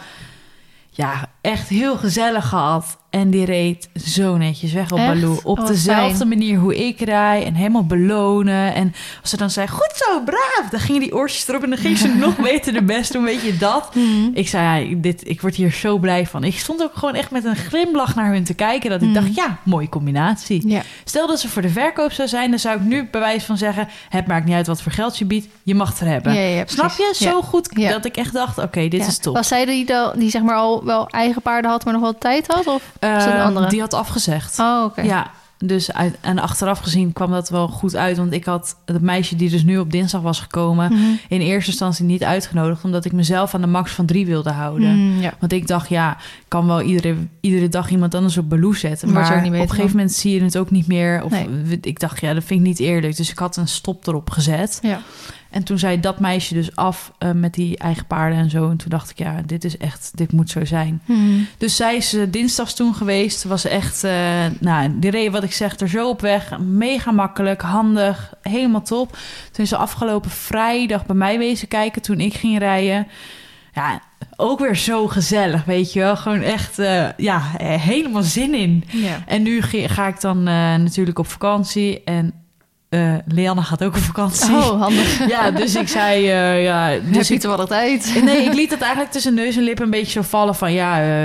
ja, echt heel gezellig gehad. En die reed zo netjes weg op Baloo. Op dezelfde manier hoe ik rijd. En helemaal belonen. En als ze dan zei, goed zo, braaf. Dan gingen die oortjes erop en dan ging ze nog beter de best doen. Weet je dat? Mm. Ik zei, ik word hier zo blij van. Ik stond ook gewoon echt met een glimlach naar hun te kijken. Dat ik dacht, ja, mooie combinatie. Ja. Stel dat ze voor de verkoop zou zijn. Dan zou ik nu bij wijze van zeggen, het maakt niet uit wat voor geld je biedt. Je mag het er hebben. Ja, snap je? Zo goed dat ik echt dacht, oké, dit is top. Was zij die zeg maar al wel eigen paarden had, maar nog wel tijd had? Of die had afgezegd. Oh, oké. Ja, dus en achteraf gezien kwam dat wel goed uit. Want ik had het meisje die dus nu op dinsdag was gekomen in eerste instantie niet uitgenodigd, omdat ik mezelf aan de max van 3 wilde houden. Want ik dacht, ja, ik kan wel iedere dag iemand anders op Baloo zetten. Maar op een gegeven moment zie je het ook niet meer. Of ik dacht, ja, dat vind ik niet eerlijk. Dus ik had een stop erop gezet. Ja. En toen zei dat meisje dus af met die eigen paarden en zo. En toen dacht ik, ja, dit moet zo zijn. Mm. Dus zij is dinsdags toen geweest. Was echt, die reed wat ik zeg, er zo op weg. Mega makkelijk, handig, helemaal top. Toen is ze afgelopen vrijdag bij mij wezen kijken toen ik ging rijden. Ja, ook weer zo gezellig, weet je wel. Gewoon echt, helemaal zin in. Ja. En nu ga ik dan natuurlijk op vakantie en Leanne gaat ook op vakantie. Oh, handig. Ja, dus ik zei... Dus heb je er wel de tijd? Nee, ik liet het eigenlijk tussen neus en lippen een beetje zo vallen van...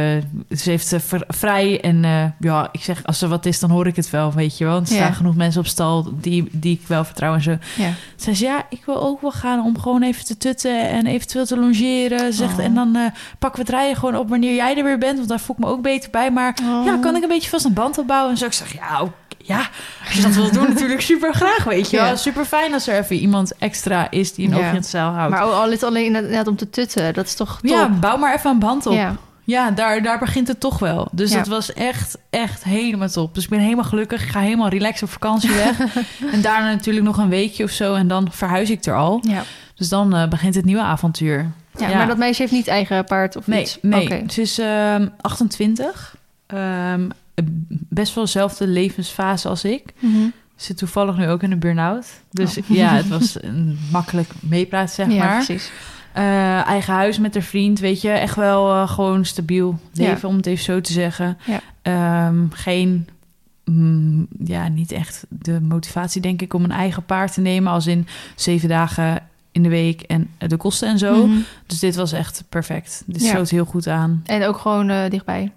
ze heeft vrij en ik zeg, als er wat is, dan hoor ik het wel, weet je wel. Want er staan genoeg mensen op stal die ik wel vertrouw en zo. Ja. Ze zei, ik wil ook wel gaan om gewoon even te tutten en eventueel te longeren. Zegt, en dan pakken we het rijden gewoon op wanneer jij er weer bent, want daar voel ik me ook beter bij. Maar kan ik een beetje vast een band opbouwen? En zo, ik zeg, ja, als je dat wil doen, natuurlijk super graag, weet je wel. Super fijn als er even iemand extra is die een oogje in het zeil houdt. Maar al alleen net om te tutten, dat is toch top? Ja, bouw maar even een band op. Ja, daar begint het toch wel. Dus dat was echt helemaal top. Dus ik ben helemaal gelukkig. Ik ga helemaal relaxed op vakantie weg. En daarna natuurlijk nog een weekje of zo. En dan verhuis ik er al. Ja. Dus dan begint het nieuwe avontuur. Ja, maar dat meisje heeft niet eigen paard of iets? Nee. Okay. Ze is 28. Best wel dezelfde levensfase als ik. Mm-hmm. Zit toevallig nu ook in een burn-out. Dus het was makkelijk meepraten, zeg maar. Ja, precies. Eigen huis met haar vriend, weet je. Echt wel gewoon stabiel leven, om het even zo te zeggen. Ja. Geen... niet echt de motivatie, denk ik, om een eigen paard te nemen. Als in 7 dagen in de week en de kosten en zo. Mm-hmm. Dus dit was echt perfect. Dit sloot heel goed aan. En ook gewoon dichtbij?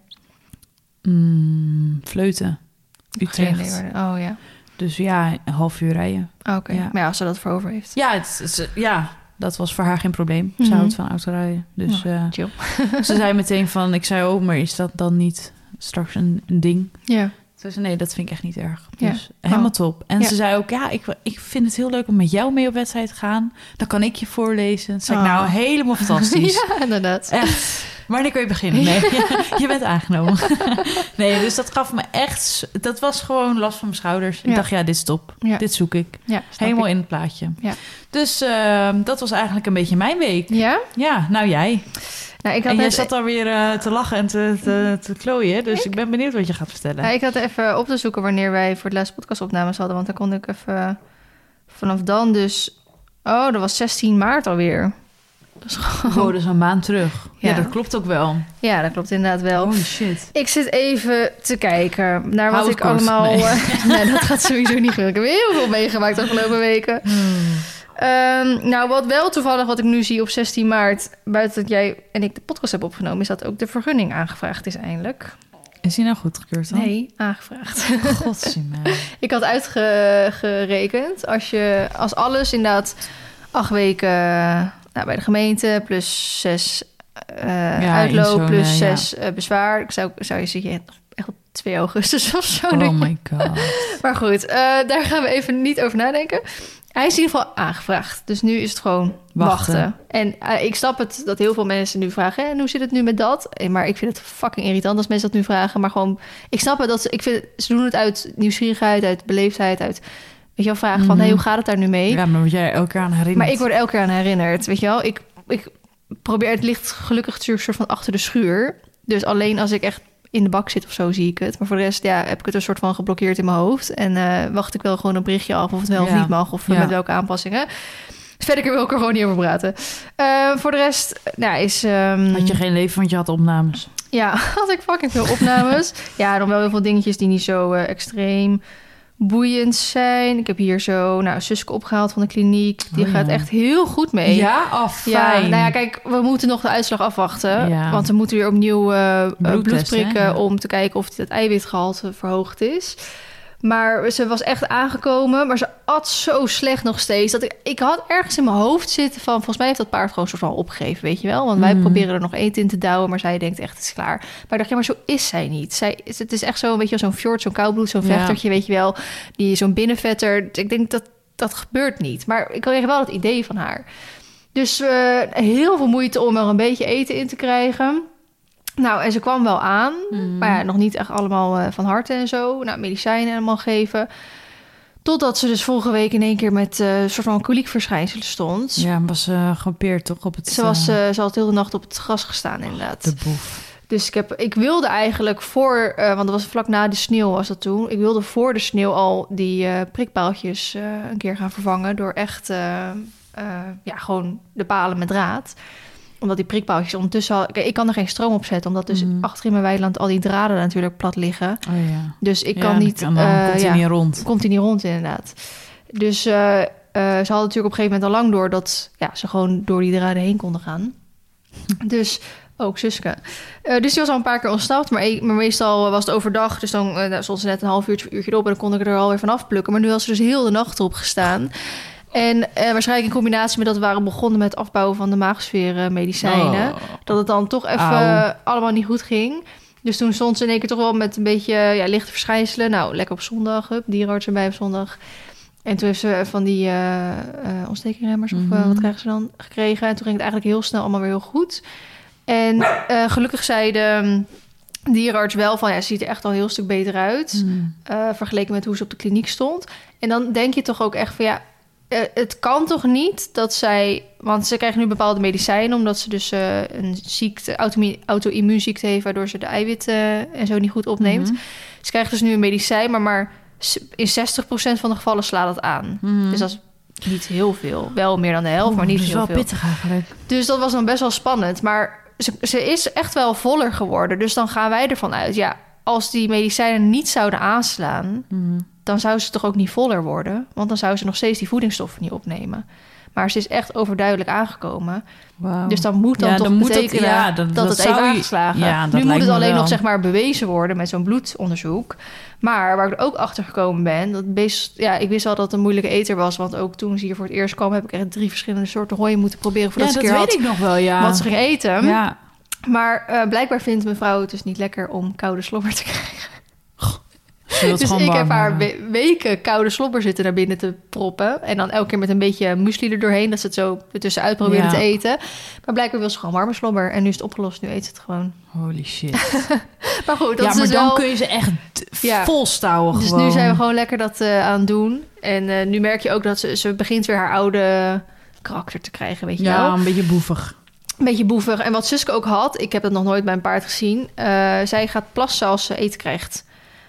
Vleuten. Utrecht. Oh ja. Dus een half uur rijden. Oké. Ja. Maar als ze dat voor over heeft. Ja, dat was voor haar geen probleem. Ze houdt van autorijden. Dus chill. Ze zei meteen van, ik zei, maar is dat dan niet straks een ding? Ja. Ze zei, nee, dat vind ik echt niet erg. Dus helemaal top. En ze zei ook, ik vind het heel leuk om met jou mee op wedstrijd te gaan. Dan kan ik je voorlezen. Dat zei ik, nou, helemaal fantastisch. Ja, inderdaad. Echt. Wanneer kun je beginnen? Nee, je bent aangenomen. Nee, dus dat gaf me echt... Dat was gewoon last van mijn schouders. Ik dacht, dit is top. Ja. Dit zoek ik. Ja, helemaal in het plaatje. Ja. Dus dat was eigenlijk een beetje mijn week. Ja? Ja, nou jij. Nou, ik had jij zat alweer te lachen en te klooien. Dus ik ben benieuwd wat je gaat vertellen. Nou, ik had even op te zoeken wanneer wij voor de laatste podcastopnames hadden. Want dan kon ik even... Vanaf dan dus... Oh, dat was 16 maart alweer. Dat is gewoon... Oh, dus een maand terug. Ja, dat klopt ook wel. Ja, dat klopt inderdaad wel. Holy shit. Ik zit even te kijken naar wat ik allemaal... Nee. Nee, dat gaat sowieso niet gebeuren. Ik heb heel veel meegemaakt de afgelopen weken. Nou, wat wel toevallig wat ik nu zie op 16 maart... buiten dat jij en ik de podcast hebben opgenomen... is dat ook de vergunning aangevraagd is eindelijk. Is die nou goedgekeurd dan? Nee, aangevraagd. Godzijdank. Ik had uitgerekend... als alles inderdaad 8 weken bij de gemeente... plus 6 uitloop, plus 6 bezwaar... Ik zou je zeggen... echt op 2 augustus of zo. Oh my god. Maar goed, daar gaan we even niet over nadenken. Hij is in ieder geval aangevraagd. Dus nu is het gewoon wachten. En ik snap het dat heel veel mensen nu vragen... en hoe zit het nu met dat? Maar ik vind het fucking irritant als mensen dat nu vragen. Maar gewoon, ik snap het. Ze doen het uit nieuwsgierigheid, uit beleefdheid... uit, weet je wel, vragen van... hoe gaat het daar nu mee? Ja, maar word jij elke keer aan herinnerd? Maar ik word elke keer aan herinnerd, weet je wel. Ik probeer, het ligt gelukkig natuurlijk soort van achter de schuur. Dus alleen als ik echt in de bak zit of zo zie ik het. Maar voor de rest heb ik het een soort van geblokkeerd in mijn hoofd. En wacht ik wel gewoon een berichtje af of het wel of niet mag. Of met welke aanpassingen. Verder wil ik er gewoon niet over praten. Voor de rest is... Had je geen leven, want je had opnames? Ja, had ik fucking veel opnames. Ja, dan wel heel veel dingetjes die niet zo extreem boeiend zijn. Ik heb hier zo Suske opgehaald van de kliniek. Die gaat echt heel goed mee. Ja, fijn. Ja, kijk, we moeten nog de uitslag afwachten. Ja. Want we moeten weer opnieuw bloed prikken... om te kijken of het eiwitgehalte verhoogd is. Maar ze was echt aangekomen, maar ze at zo slecht nog steeds... dat ik had ergens in mijn hoofd zitten van... volgens mij heeft dat paard gewoon soort van opgegeven, weet je wel? Want wij proberen er nog eten in te douwen, maar zij denkt echt, het is klaar. Maar ik dacht, maar zo is zij niet. Het is echt zo, weet je wel, zo'n fjord, zo'n koudbloed, zo'n vechtertje, weet je wel. Zo'n binnenvetter. Ik denk dat gebeurt niet. Maar ik kreeg wel het idee van haar. Dus heel veel moeite om er een beetje eten in te krijgen... Nou, en ze kwam wel aan, maar nog niet echt allemaal van harte en zo. Medicijnen allemaal geven. Totdat ze dus vorige week in één keer met een soort van koliekverschijnselen stond. Ja, was gepeerd toch op het... Ze had heel de nacht op het gras gestaan inderdaad. De boef. Dus ik wilde eigenlijk want dat was vlak na de sneeuw was dat toen. Ik wilde voor de sneeuw al die prikpaaltjes een keer gaan vervangen... door echt gewoon de palen met draad... Omdat die prikpaaltjes ondertussen... Ik kan er geen stroom op zetten. Omdat dus achter in mijn weiland al die draden natuurlijk plat liggen. Oh ja. Dus ik kan niet... komt hij niet rond. Komt hij niet rond, inderdaad. Dus ze hadden natuurlijk op een gegeven moment al lang door... dat ze gewoon door die draden heen konden gaan. Dus ook Suske. Dus die was al een paar keer ontsnapt. Maar meestal was het overdag. Dus dan stond ze net een uurtje erop... en dan kon ik er alweer vanaf plukken. Maar nu was ze dus heel de nacht op gestaan... En waarschijnlijk in combinatie met dat we waren begonnen met het afbouwen van de maagsfeermedicijnen. Dat het dan toch even allemaal niet goed ging. Dus toen stond ze in één keer toch wel met een beetje lichte verschijnselen. Nou, lekker op zondag, dierenarts erbij op zondag. En toen heeft ze van die ontstekingremmers of wat krijgen ze dan gekregen. En toen ging het eigenlijk heel snel allemaal weer heel goed. En gelukkig zei de dierenarts wel van... ze ziet er echt al een heel stuk beter uit. Vergeleken met hoe ze op de kliniek stond. En dan denk je toch ook echt van het kan toch niet dat zij... Want ze krijgen nu bepaalde medicijnen... omdat ze dus een ziekte, auto-immuunziekte heeft... waardoor ze de eiwitten en zo niet goed opneemt. Ze krijgt dus nu een medicijn... maar in 60% van de gevallen slaat dat aan. Dus dat is niet heel veel. Wel meer dan de helft, maar niet heel veel. Dat is wel pittig eigenlijk. Dus dat was dan best wel spannend. Maar ze is echt wel voller geworden. Dus dan gaan wij ervan uit... als die medicijnen niet zouden aanslaan... dan zou ze toch ook niet voller worden. Want dan zou ze nog steeds die voedingsstoffen niet opnemen. Maar ze is echt overduidelijk aangekomen. Wow. Dus dan moet dan toch betekenen dat het even aangeslagen. Ja, nu moet het alleen nog zeg maar bewezen worden met zo'n bloedonderzoek. Maar waar ik er ook achter gekomen ben... ik wist wel dat het een moeilijke eter was. Want ook toen ze hier voor het eerst kwam... heb ik echt 3 verschillende soorten hooi moeten proberen... voordat ze een keer weet ik nog wel, wat ze ging eten. Ja. Maar blijkbaar vindt mevrouw het dus niet lekker... om koude slobber te krijgen. Dus ik heb haar weken koude slobber zitten naar binnen te proppen. En dan elke keer met een beetje muesli er doorheen. Dat ze het zo ertussenuit proberen te eten. Maar blijkbaar wil ze gewoon warme slobber. En nu is het opgelost. Nu eet ze het gewoon. Holy shit. Maar goed, dat is maar dan wel... kun je ze echt volstouwen dus gewoon. Nu zijn we gewoon lekker dat aan het doen. En nu merk je ook dat ze begint weer haar oude karakter te krijgen. Weet je wel? Ja, een beetje boevig. Een beetje boevig. En wat Suske ook had... Ik heb het nog nooit bij een paard gezien. Zij gaat plassen als ze eten krijgt.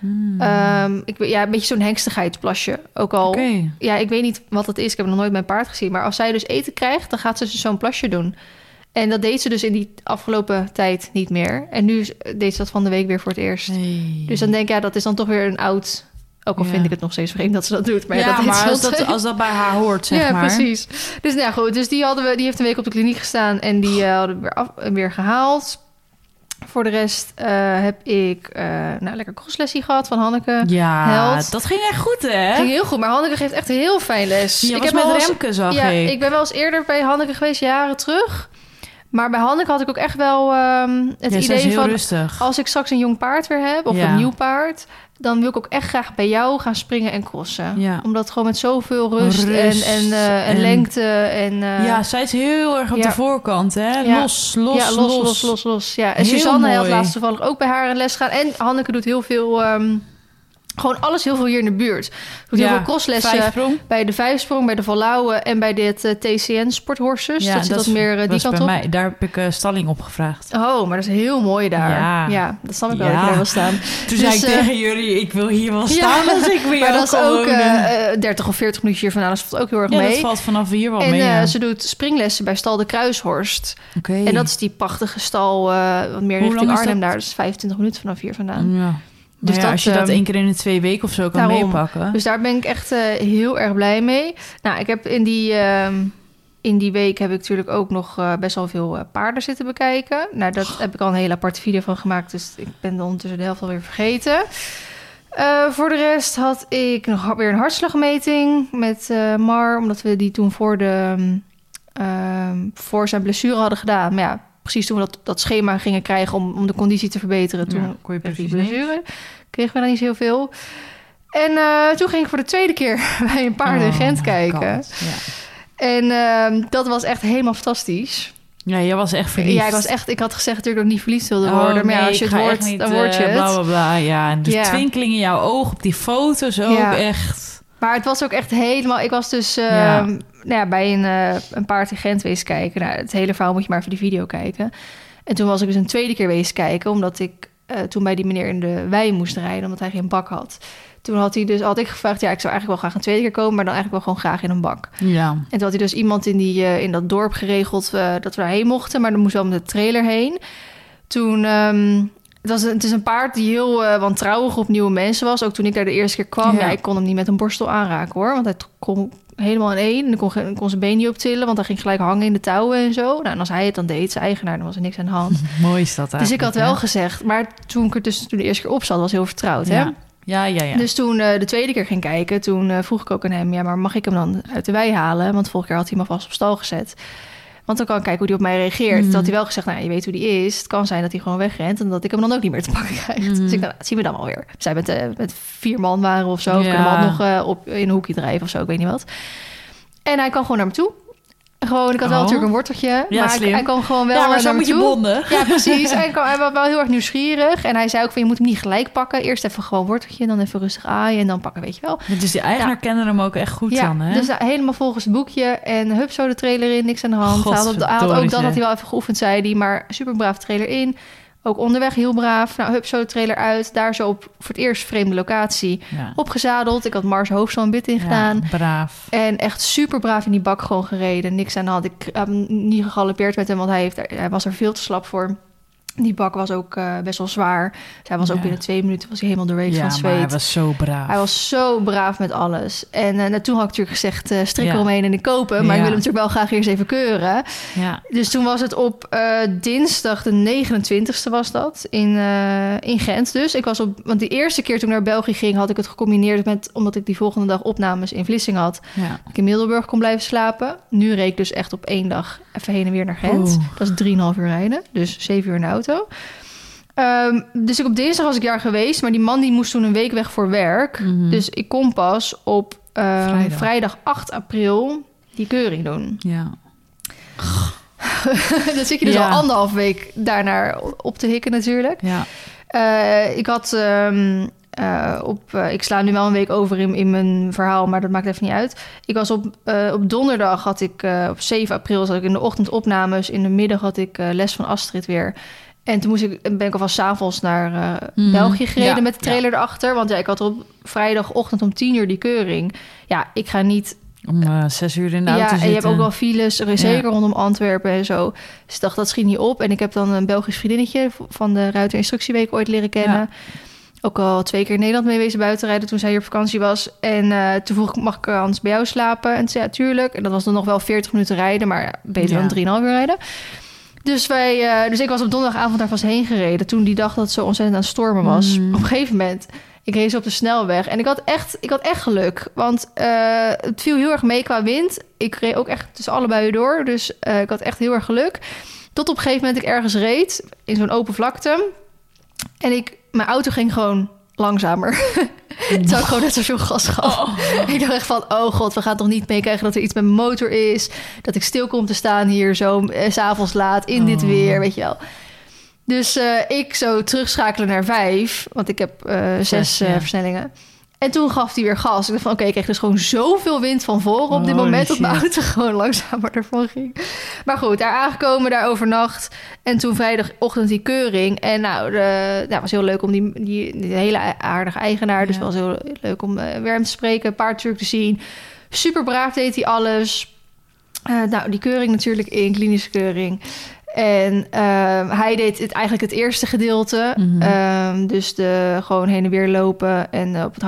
Een beetje zo'n hengstigheidsplasje. Ook al, ik weet niet wat het is. Ik heb nog nooit mijn paard gezien. Maar als zij dus eten krijgt, dan gaat ze dus zo'n plasje doen. En dat deed ze dus in die afgelopen tijd niet meer. En nu deed ze dat van de week weer voor het eerst. Hey. Dus dan denk ik, dat is dan toch weer een Ook al vind ik het nog steeds vreemd dat ze dat doet. Maar als dat bij haar hoort, zeg maar. Ja, precies. Dus nou goed, dus die heeft een week op de kliniek gestaan en die hadden we weer gehaald. Voor de rest heb ik lekker crosslessie gehad van Hanneke. Ja, Held. Dat ging echt goed, hè? Ging heel goed, maar Hanneke geeft echt heel fijn les. Ja, ik heb met Remke, zag ik. Ik ben wel eens eerder bij Hanneke geweest, jaren terug. Maar bij Hanneke had ik ook echt wel het idee van... rustig. Als ik straks een jong paard weer heb, of een nieuw paard... dan wil ik ook echt graag bij jou gaan springen en crossen. Ja. Omdat gewoon met zoveel rust en lengte. En, zij is heel erg op de voorkant, hè? Ja. Los. Ja, en Suzanne had laatst toevallig ook bij haar een les gaan. En Hanneke doet heel veel... gewoon alles heel veel hier in de buurt. Doet heel veel crosslessen. Vijfsprong. Bij de vijfsprong, bij de Vallouwen en bij dit TCN Sporthorses. Ja, dat zit wat meer die kant op. Mij. Daar heb ik stalling op gevraagd. Oh, maar dat is heel mooi daar. Ja dat snap ik wel dat ik daar wil staan. Toen zei ik tegen jullie, ik wil hier wel staan als ik weer. Maar dat is ook 30 of 40 minuutjes hier vandaan. Dat valt ook heel erg mee. Dat valt vanaf hier wel mee. En ze doet springlessen bij Stal de Kruishorst. Okay. En dat is die prachtige stal, wat meer richting Arnhem daar. Dat is 25 minuten vanaf hier vandaan. Ja. Dus als je dat 1 keer in de 2 weken of zo kan meepakken. Dus daar ben ik echt heel erg blij mee. Nou, ik heb in die week heb ik natuurlijk ook nog best wel veel paarden zitten bekijken. Nou, dat heb ik al een hele aparte video van gemaakt. Dus ik ben ondertussen de helft alweer vergeten. Voor de rest had ik nog weer een hartslagmeting met Mar. Omdat we die toen voor zijn blessure hadden gedaan. Maar ja, precies toen we dat schema gingen krijgen om de conditie te verbeteren. Toen kon je precies blessure. Kregen we dan niet zo heel veel. En toen ging ik voor de tweede keer bij een paarden in Gent kijken. En dat was echt helemaal fantastisch. Ja, jij was echt verliefd. Ja, ik had gezegd natuurlijk dat ik niet verliefd wilde worden. Maar als je het wordt, niet, dan word je het. Bla, bla, bla. Ja, en de twinkeling in jouw oog op die foto's ook echt. Maar het was ook echt helemaal... Ik was dus bij een paard in Gent wezen kijken. Nou, het hele verhaal moet je maar even die video kijken. En toen was ik dus een tweede keer wezen kijken... omdat ik toen bij die meneer in de wei moest rijden... omdat hij geen bak had. Toen had ik gevraagd... ik zou eigenlijk wel graag een tweede keer komen... maar dan eigenlijk wel gewoon graag in een bak. Ja. En toen had hij dus iemand in dat dorp geregeld... dat we daarheen mochten, maar dan moest wel met de trailer heen. Toen... Het is een paard die heel wantrouwig op nieuwe mensen was. Ook toen ik daar de eerste keer kwam. Ja, ik kon hem niet met een borstel aanraken, hoor. Want hij kon helemaal in één. En ik kon zijn been niet optillen, want hij ging gelijk hangen in de touwen en zo. Nou, en als hij het dan deed, zijn eigenaar, dan was er niks aan de hand. Mooi is dat eigenlijk. Dus ik had wel gezegd. Maar toen ik er toen de eerste keer op zat, was heel vertrouwd, hè? Ja. Dus toen de tweede keer ging kijken, toen vroeg ik ook aan hem... ja, maar mag ik hem dan uit de wei halen? Want vorige keer had hij me vast op stal gezet. Want dan kan ik kijken hoe hij op mij reageert. Toen had hij wel gezegd, je weet hoe die is. Het kan zijn dat hij gewoon wegrent... en dat ik hem dan ook niet meer te pakken krijg. Dus ik dacht, dat zien we dan wel weer. Zij met 4 man waren of zo. Of kunnen we nog in een hoekje drijven of zo, ik weet niet wat. En hij kwam gewoon naar me toe. Gewoon, ik had wel natuurlijk een worteltje. Ja, maar hij kwam gewoon wel maar zo moet je bonden. Ja, precies. Hij was wel heel erg nieuwsgierig. En hij zei ook van, je moet hem niet gelijk pakken. Eerst even gewoon worteltje, dan even rustig aaien en dan pakken, weet je wel. Dus die eigenaar kende hem ook echt goed dan, hè? Dus helemaal volgens het boekje. En hup, zo de trailer in, niks aan de hand. Hij had ook dat had hij wel even geoefend, zei hij. Maar super braaf trailer in. Ook onderweg heel braaf. Nou, hup, zo de trailer uit. Daar zo op voor het eerst vreemde locatie opgezadeld. Ik had Mars hoofd zo'n bit in gedaan. Ja, braaf. En echt super braaf in die bak gewoon gereden. Niks aan de hand. Ik heb niet gegalopeerd met hem, want hij was er veel te slap voor. Die bak was ook best wel zwaar. Dus hij was ook binnen 2 minuten was hij helemaal doorweekt van zweet. Maar hij was zo braaf. Hij was zo braaf met alles. En toen had ik natuurlijk gezegd, strik eromheen en ik kopen. Maar ik wil hem natuurlijk wel graag eerst even keuren. Ja. Dus toen was het op dinsdag de 29e was dat. In Gent dus. Want die eerste keer toen ik naar België ging... had ik het gecombineerd met... omdat ik die volgende dag opnames in Vlissingen had. Ja. Ik in Middelburg kon blijven slapen. Nu reed ik dus echt op 1 dag even heen en weer naar Gent. Dat is 3,5 uur rijden. Dus 7 uur in de auto. Dus op dinsdag was ik daar geweest, maar die man die moest toen een week weg voor werk. Mm-hmm. Dus ik kon pas op vrijdag 8 april die keuring doen. Ja. Dan zit je dus al 1,5 week daarnaar op te hikken natuurlijk. Ja. Ik had ik sla nu wel een week over in mijn verhaal, maar dat maakt even niet uit. Ik was op donderdag had ik op 7 april zat ik in de ochtend opnames. In de middag had ik les van Astrid weer. En toen ben ik alvast 's avonds naar België gereden met de trailer erachter. Want ik had op vrijdagochtend om 10 uur die keuring. Ja, ik ga niet... Om 6 uur in de auto zitten. Ja, en je hebt ook wel files, zeker rondom Antwerpen en zo. Dus ik dacht, dat schiet niet op. En ik heb dan een Belgisch vriendinnetje van de Ruiter Instructieweek ooit leren kennen. Ja. ook al 2 keer in Nederland mee wezen buitenrijden toen zij hier op vakantie was. En toen vroeg ik, mag ik anders bij jou slapen? En ze zei, ja, tuurlijk. En dat was dan nog wel 40 minuten rijden, maar beter dan 3,5 uur rijden. Dus ik was op donderdagavond daar vast heen gereden. Toen die dag dat het zo ontzettend aan het stormen was. Op een gegeven moment, ik reed op de snelweg. En ik had echt geluk. Want het viel heel erg mee qua wind. Ik reed ook echt tussen alle buien door. Dus ik had echt heel erg geluk. Tot op een gegeven moment ik ergens reed. In zo'n open vlakte. En mijn auto ging gewoon langzamer. Terwijl ik gewoon net zoveel gas gaf. Ik dacht echt van, oh god, we gaan toch niet meekrijgen dat er iets met mijn motor is. Dat ik stil kom te staan hier zo 's avonds laat in dit weer, weet je wel. Dus ik zo terugschakelen naar 5. Want ik heb 6 versnellingen. En toen gaf hij weer gas. Ik dacht van, oké, ik kreeg dus gewoon zoveel wind van voren op dit moment... dat mijn auto gewoon langzamer ervan ging. Maar goed, daar aangekomen, daar overnacht. En toen vrijdagochtend die keuring. En het was heel leuk om die hele aardige eigenaar... dus het was heel leuk om weer hem te spreken, paardtruc te zien. Super braaf deed hij alles. Die keuring natuurlijk in, klinische keuring... En hij deed eigenlijk het eerste gedeelte. Dus gewoon heen en weer lopen en op het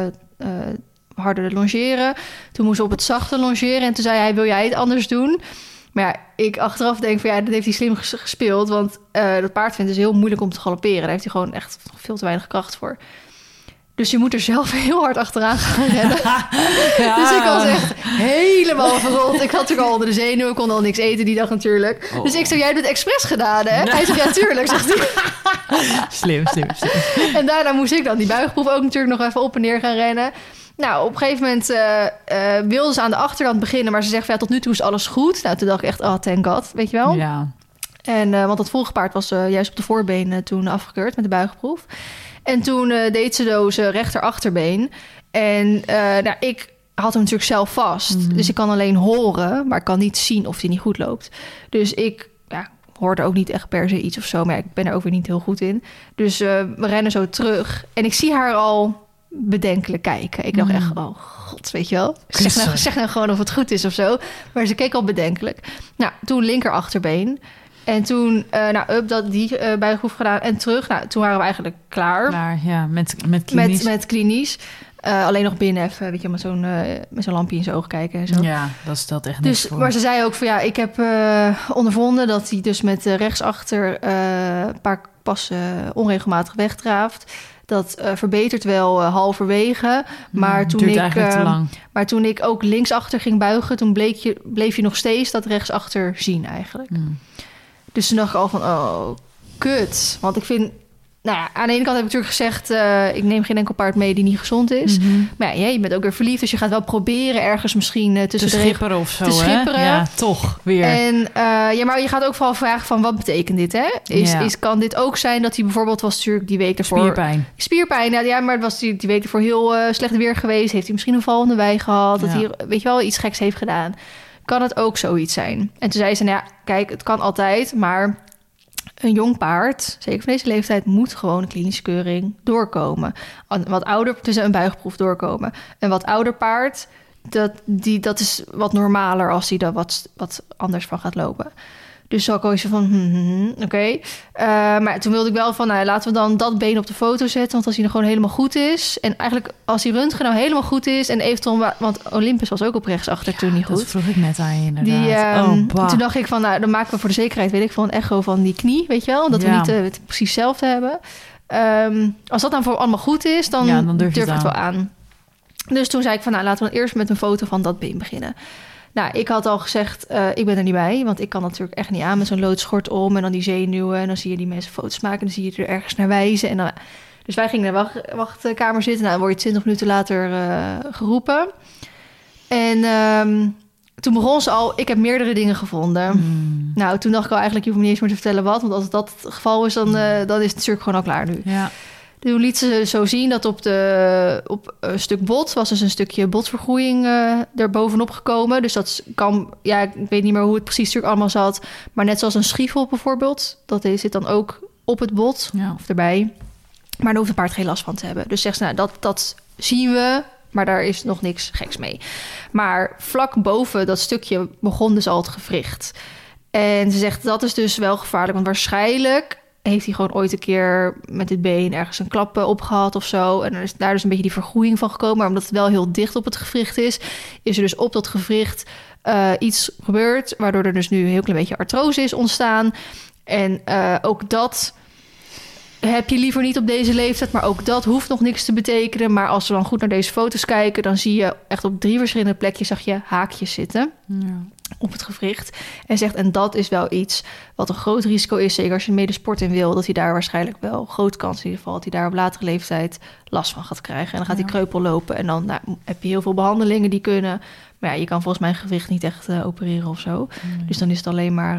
harde longeren. Toen moest we op het zachte longeren. En toen zei hij, wil jij het anders doen? Maar ja, ik achteraf denk van dat heeft hij slim gespeeld. Want dat paard vindt het dus heel moeilijk om te galopperen. Daar heeft hij gewoon echt veel te weinig kracht voor. Dus je moet er zelf heel hard achteraan gaan rennen. Ja. Dus ik was echt helemaal verrot. Ik had natuurlijk al onder de zenuwen. Ik kon al niks eten die dag natuurlijk. Dus ik zei, jij hebt het expres gedaan, hè? Hij zei, ja, tuurlijk, zegt hij. Slim. En daarna moest ik dan die buigproef ook natuurlijk nog even op en neer gaan rennen. Nou, op een gegeven moment wilden ze aan de achterkant beginnen. Maar ze zegt, tot nu toe is alles goed. Nou, toen dacht ik echt, thank god, weet je wel. Ja. En want dat volgepaard was juist op de voorbeen toen afgekeurd met de buigproef. En toen deed ze zijn rechterachterbeen. En ik had hem natuurlijk zelf vast. Dus ik kan alleen horen, maar ik kan niet zien of hij niet goed loopt. Dus ik hoorde ook niet echt per se iets of zo. Maar ik ben er ook weer niet heel goed in. Dus we rennen zo terug. En ik zie haar al bedenkelijk kijken. Ik dacht echt, oh god, weet je wel. Zeg nou gewoon of het goed is of zo. Maar ze keek al bedenkelijk. Nou, toen linkerachterbeen. En toen, die buigproef gedaan en terug. Nou, toen waren we eigenlijk klaar. Klaar, ja, met klinisch. Met klinisch. Alleen nog binnen even, weet je, met zo'n lampje in zijn ogen kijken en zo. Ja, dat stelt echt niks voor. Maar ze zei ook van, ik heb ondervonden dat hij dus met rechtsachter een paar passen onregelmatig wegdraaft. Dat verbetert wel halverwege. Maar toen ik ook linksachter ging buigen, toen bleef je nog steeds dat rechtsachter zien eigenlijk. Dus toen dacht ik al van, kut. Want ik vind, aan de ene kant heb ik natuurlijk gezegd, ik neem geen enkel paard mee die niet gezond is. Maar je bent ook weer verliefd, dus je gaat wel proberen ergens misschien tussen te schipperen of zo. Te schipperen. Hè? Ja, toch weer. En maar je gaat ook vooral vragen van, wat betekent dit, hè? Kan dit ook zijn dat hij bijvoorbeeld was natuurlijk die week ervoor... Spierpijn, maar het was die week ervoor heel slecht weer geweest. Heeft hij misschien een val in de wei gehad? Dat hij, weet je wel, iets geks heeft gedaan. Kan het ook zoiets zijn? En toen zei ze, kijk, het kan altijd, maar een jong paard, zeker van deze leeftijd, moet gewoon een klinische keuring doorkomen. Wat ouder, dus een buigproef doorkomen. Een wat ouder paard, dat is wat normaler als hij daar wat anders van gaat lopen. Dus zo koos je van, oké. Maar toen wilde ik wel van, laten we dan dat been op de foto zetten. Want als hij nog gewoon helemaal goed is. En eigenlijk als die röntgen nou helemaal goed is. En eventueel, want Olympus was ook op rechtsachter toen niet goed. Dat vroeg ik net aan je inderdaad. Toen dacht ik van, dan maken we voor de zekerheid, weet ik, van een echo van die knie, weet je wel. Dat we niet het precies hetzelfde hebben. Als dat dan voor allemaal goed is, dan durf ik het wel aan. Dus toen zei ik van, laten we dan eerst met een foto van dat been beginnen. Nou, ik had al gezegd, ik ben er niet bij. Want ik kan natuurlijk echt niet aan met zo'n loodschort om. En dan die zenuwen. En dan zie je die mensen foto's maken. En dan zie je er ergens naar wijzen. En dan, dus wij gingen in de wachtkamer zitten. Nou, dan word je 20 minuten later geroepen. En toen begon ze al, ik heb meerdere dingen gevonden. Nou, toen dacht ik al eigenlijk, je hoeft me niet eens meer te vertellen wat. Want als dat het geval is, dan is het natuurlijk gewoon al klaar nu. Ja. Toen liet ze zo zien dat op een stuk bot was dus een stukje botvergroeiing er bovenop gekomen. Dus dat kan, ik weet niet meer hoe het precies natuurlijk allemaal zat. Maar net zoals een schiefel bijvoorbeeld, dat zit dan ook op het bot of erbij. Maar daar hoeft een paard geen last van te hebben. Dus zegt ze, dat zien we, maar daar is nog niks geks mee. Maar vlak boven dat stukje begon dus al het gewricht. En ze zegt, dat is dus wel gevaarlijk, want waarschijnlijk heeft hij gewoon ooit een keer met dit been ergens een klap op gehad of zo. En dan is daar dus een beetje die vergroeiing van gekomen. Maar omdat het wel heel dicht op het gewricht is er dus op dat gewricht iets gebeurd, waardoor er dus nu een heel klein beetje artrose is ontstaan. En ook dat heb je liever niet op deze leeftijd, maar ook dat hoeft nog niks te betekenen. Maar als we dan goed naar deze foto's kijken, dan zie je echt op 3 verschillende plekjes zag je haakjes zitten op het gewricht. En zegt, en dat is wel iets wat een groot risico is, zeker als je medesport in wil, dat hij daar waarschijnlijk wel groot kans in ieder geval, dat hij daar op latere leeftijd last van gaat krijgen. En dan gaat hij kreupel lopen en dan heb je heel veel behandelingen die kunnen. Maar ja, je kan volgens mij gewricht niet echt opereren of zo. Nee. Dus dan is het alleen maar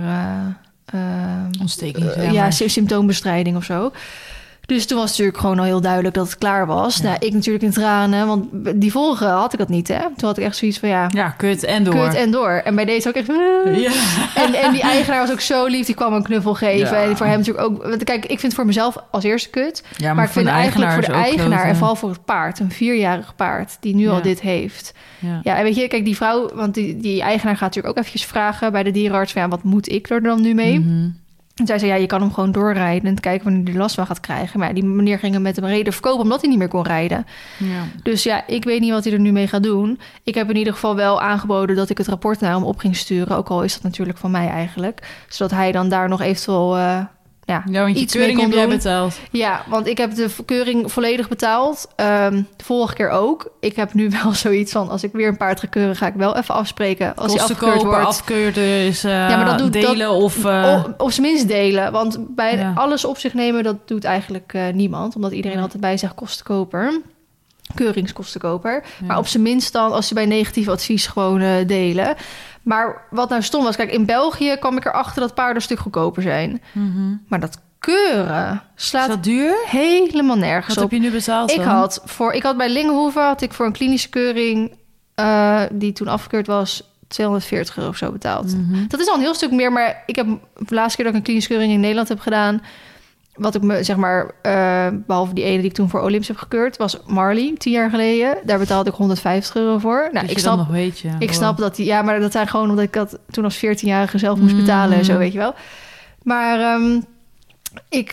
ontsteking. Symptoombestrijding of zo. Dus toen was het natuurlijk gewoon al heel duidelijk dat het klaar was. Ja. Nou, ik natuurlijk in tranen, want die vorige had ik dat niet, hè. Toen had ik echt zoiets van, kut en door. Kut en door. En bij deze ook echt... En die eigenaar was ook zo lief, die kwam een knuffel geven. Ja. En voor hem natuurlijk ook... Want kijk, ik vind het voor mezelf als eerste kut. Ja, maar ik vind eigenlijk voor de eigenaar en vooral voor het paard, een 4-jarig paard, die nu al dit heeft. Ja, en weet je, kijk, die vrouw, want die eigenaar gaat natuurlijk ook eventjes vragen bij de dierenarts van, wat moet ik er dan nu mee? Mm-hmm. En zij zei, je kan hem gewoon doorrijden en kijken wanneer hij last van gaat krijgen. Maar die meneer ging hem met hem reden verkopen omdat hij niet meer kon rijden. Ja. Dus ik weet niet wat hij er nu mee gaat doen. Ik heb in ieder geval wel aangeboden dat ik het rapport naar hem op ging sturen. Ook al is dat natuurlijk van mij eigenlijk. Zodat hij dan daar nog eventueel want iets je keuring mee kon heb jij doen. betaald. Ja, want ik heb de keuring volledig betaald. De vorige keer ook. Ik heb nu wel zoiets van, als ik weer een paard ga keuren, ga ik wel even afspreken. Als hij afgekeurd wordt. Afkeurden is maar dat doet delen of zijn minst delen. Want bij alles op zich nemen, dat doet eigenlijk niemand. Omdat iedereen altijd bij zegt kostenkoper. Keuringskostenkoper. Ja. Maar op zijn minst dan, als ze bij negatief advies gewoon delen. Maar wat nou stom was, kijk, in België kwam ik erachter dat paarden een stuk goedkoper zijn. Mm-hmm. Maar dat keuren slaat is dat duur? Helemaal nergens Wat op. Heb je nu betaald? Ik had bij Lingenhoeven voor een klinische keuring die toen afgekeurd was, €240 of zo betaald. Mm-hmm. Dat is al een heel stuk meer, maar ik heb de laatste keer dat ik een klinische keuring in Nederland heb gedaan, wat ik me, zeg maar, behalve die ene die ik toen voor Olymps heb gekeurd, was Marley, 10 jaar geleden. Daar betaalde ik €150 voor. Nou, ik snap, nog weet je. Ik snap dat die, maar dat zijn gewoon omdat ik dat toen als 14-jarige zelf moest betalen en zo, weet je wel. Maar ik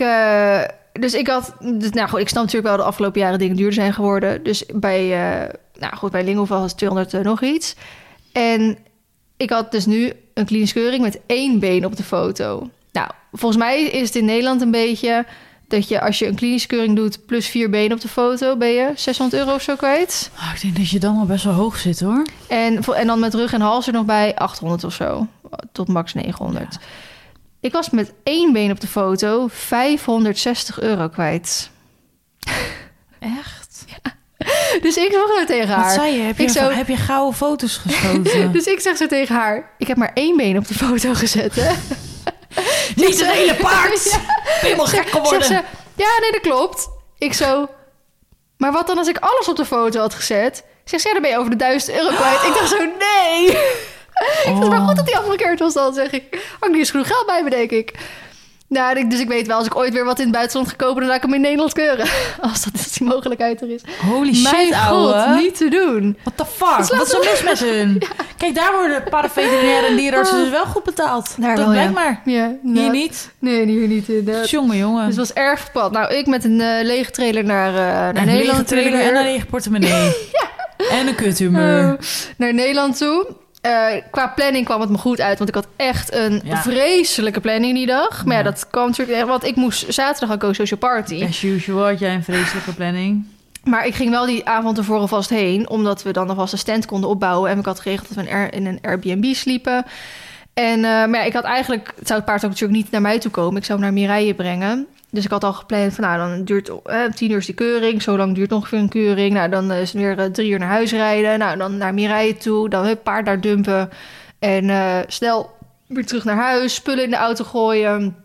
snap natuurlijk wel de afgelopen jaren dingen duurder zijn geworden. Dus bij Lingenhoeven was het 200 nog iets. En ik had dus nu een klinische keuring met 1 been op de foto. Nou, volgens mij is het in Nederland een beetje dat je, als je een klinische keuring doet plus 4 benen op de foto, ben je €600 of zo kwijt. Ik denk dat je dan al best wel hoog zit, hoor. En dan met rug en hals er nog bij 800 of zo, tot max 900. Ja. Ik was met 1 been op de foto €560 kwijt. Echt? Ja. Dus ik zeg zo tegen haar. Wat zei je? Heb je gouden foto's geschoten? Dus ik zeg zo tegen haar, ik heb maar 1 been op de foto gezet, hè. Niet een hele paard! Ja. Ben je helemaal gek geworden? Ze, nee, dat klopt. Ik zo, maar wat dan als ik alles op de foto had gezet? Zegt ze, dan ben je over de €1000 kwijt. Ik dacht zo, nee. Ik dacht, maar goed dat die afgekeurd was dan, zeg ik. Had ik niet eens genoeg geld bij me, denk ik. Nou, dus ik weet wel, als ik ooit weer wat in het buitenland ga kopen, dan laat ik hem in Nederland keuren. Als die mogelijkheid er is. Holy shit, ouwe. Niet te doen. What the fuck? Wat is er mis met hun? Ja. Kijk, daar worden paraveterinaire en dierenartsen dus wel goed betaald. Daar dat wel, blijkt maar. Ja, hier niet? Nee, hier niet. Jongen. Dus het was erg verpand. Nou, ik met een lege trailer naar Nederland. Een lege trailer en een lege portemonnee. Ja. En een kuthumeur. Naar Nederland toe. Qua planning kwam het me goed uit, want ik had echt een vreselijke planning die dag. Maar dat kwam natuurlijk echt, want ik moest zaterdag aan Go Social Party. As usual had jij een vreselijke planning. Maar ik ging wel die avond ervoor alvast heen, omdat we dan alvast een stand konden opbouwen. En ik had geregeld dat we in een Airbnb sliepen. En maar ik had eigenlijk, het zou het paard ook natuurlijk niet naar mij toe komen. Ik zou hem naar Mireille brengen. Dus ik had al gepland van, dan duurt 10 uur is die keuring. Zo lang duurt ongeveer een keuring. Nou, dan is het weer 3 uur naar huis rijden. Nou, dan naar Mireille toe. Dan het paard daar dumpen. En snel weer terug naar huis. Spullen in de auto gooien.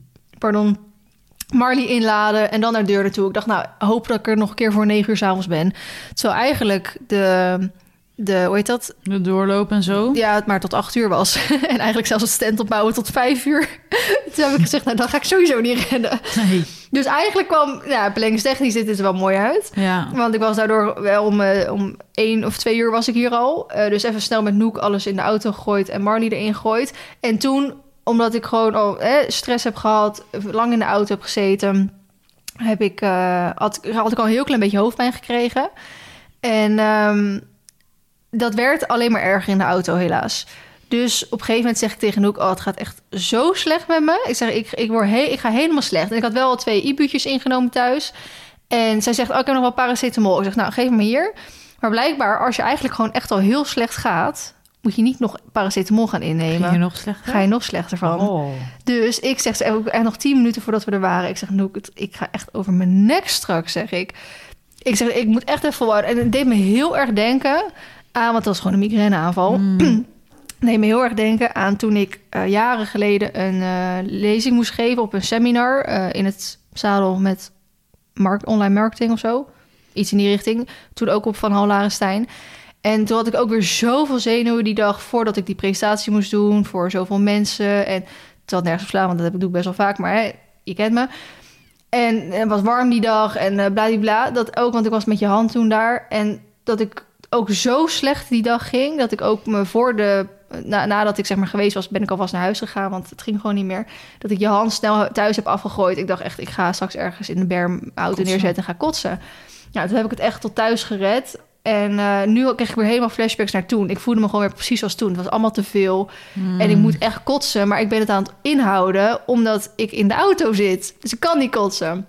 Marley inladen. En dan naar de deur naartoe. Ik dacht, hoop dat ik er nog een keer voor 9 uur 's avonds ben. Terwijl eigenlijk hoe heet dat? De doorloop en zo. Ja, het maar tot 8 uur was. En eigenlijk zelfs het stand opbouwen tot 5 uur. Toen heb ik gezegd, dan ga ik sowieso niet rennen. Nee. Dus eigenlijk kwam, planningstechnisch ziet het er wel mooi uit. Ja. Want ik was daardoor wel om 1 of 2 uur was ik hier al. Dus even snel met Noek alles in de auto gegooid en Marley erin gegooid. En toen omdat ik gewoon stress heb gehad, lang in de auto heb gezeten, had ik al een heel klein beetje hoofdpijn gekregen. En dat werd alleen maar erger in de auto, helaas. Dus op een gegeven moment zeg ik tegen Noek, het gaat echt zo slecht met me. Ik zeg, ik ga helemaal slecht. En ik had wel al 2 Ibu'tjes ingenomen thuis. En zij zegt, ik heb nog wel paracetamol. Ik zeg, nou, geef me hier. Maar blijkbaar, als je eigenlijk gewoon echt al heel slecht gaat, moet je niet nog paracetamol gaan innemen. Ga je nog slechter van. Oh. Dus ik zeg, echt nog 10 minuten voordat we er waren. Ik zeg, Noek, ik ga echt over mijn nek straks, zeg ik. Ik zeg, ik moet echt even volhouden. En het deed me heel erg denken aan, want dat was gewoon een migraineaanval. Het deed me heel erg denken aan toen ik jaren geleden een lezing moest geven op een seminar in het zadel met online marketing of zo. Iets in die richting. Toen ook op Van Hal Larenstein. En toen had ik ook weer zoveel zenuwen die dag voordat ik die presentatie moest doen voor zoveel mensen. En het had nergens op slaan, want dat doe ik best wel vaak, maar je kent me. En het was warm die dag en bladibla. Dat ook, want ik was met je hand toen daar. En dat ik ook zo slecht die dag ging, dat ik ook me nadat ik zeg maar geweest was, ben ik alvast naar huis gegaan, want het ging gewoon niet meer. Dat ik je hand snel thuis heb afgegooid. Ik dacht echt, ik ga straks ergens in de berm auto neerzetten en ga kotsen. Nou, toen heb ik het echt tot thuis gered. En nu kreeg ik weer helemaal flashbacks naar toen. Ik voelde me gewoon weer precies als toen. Het was allemaal te veel. En ik moet echt kotsen. Maar ik ben het aan het inhouden omdat ik in de auto zit. Dus ik kan niet kotsen.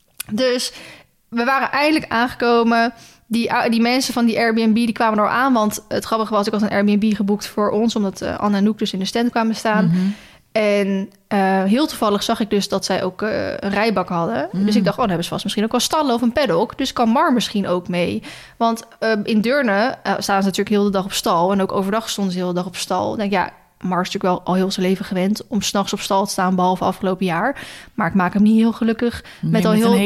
Dus we waren eindelijk aangekomen. Die mensen van die Airbnb die kwamen er aan. Want het grappige was, ik had een Airbnb geboekt voor ons, omdat Anne en Noek dus in de stand kwamen staan. Mm-hmm. En heel toevallig zag ik dus dat zij ook een rijbak hadden. Dus ik dacht, dan hebben ze vast misschien ook wel stallen of een paddock. Dus kan Mar misschien ook mee. Want in Deurne staan ze natuurlijk heel de dag op stal. En ook overdag stonden ze heel de dag op stal. Ik denk, ja, Mar is natuurlijk wel al heel zijn leven gewend om 's nachts op stal te staan, behalve afgelopen jaar. Maar ik maak hem niet heel gelukkig met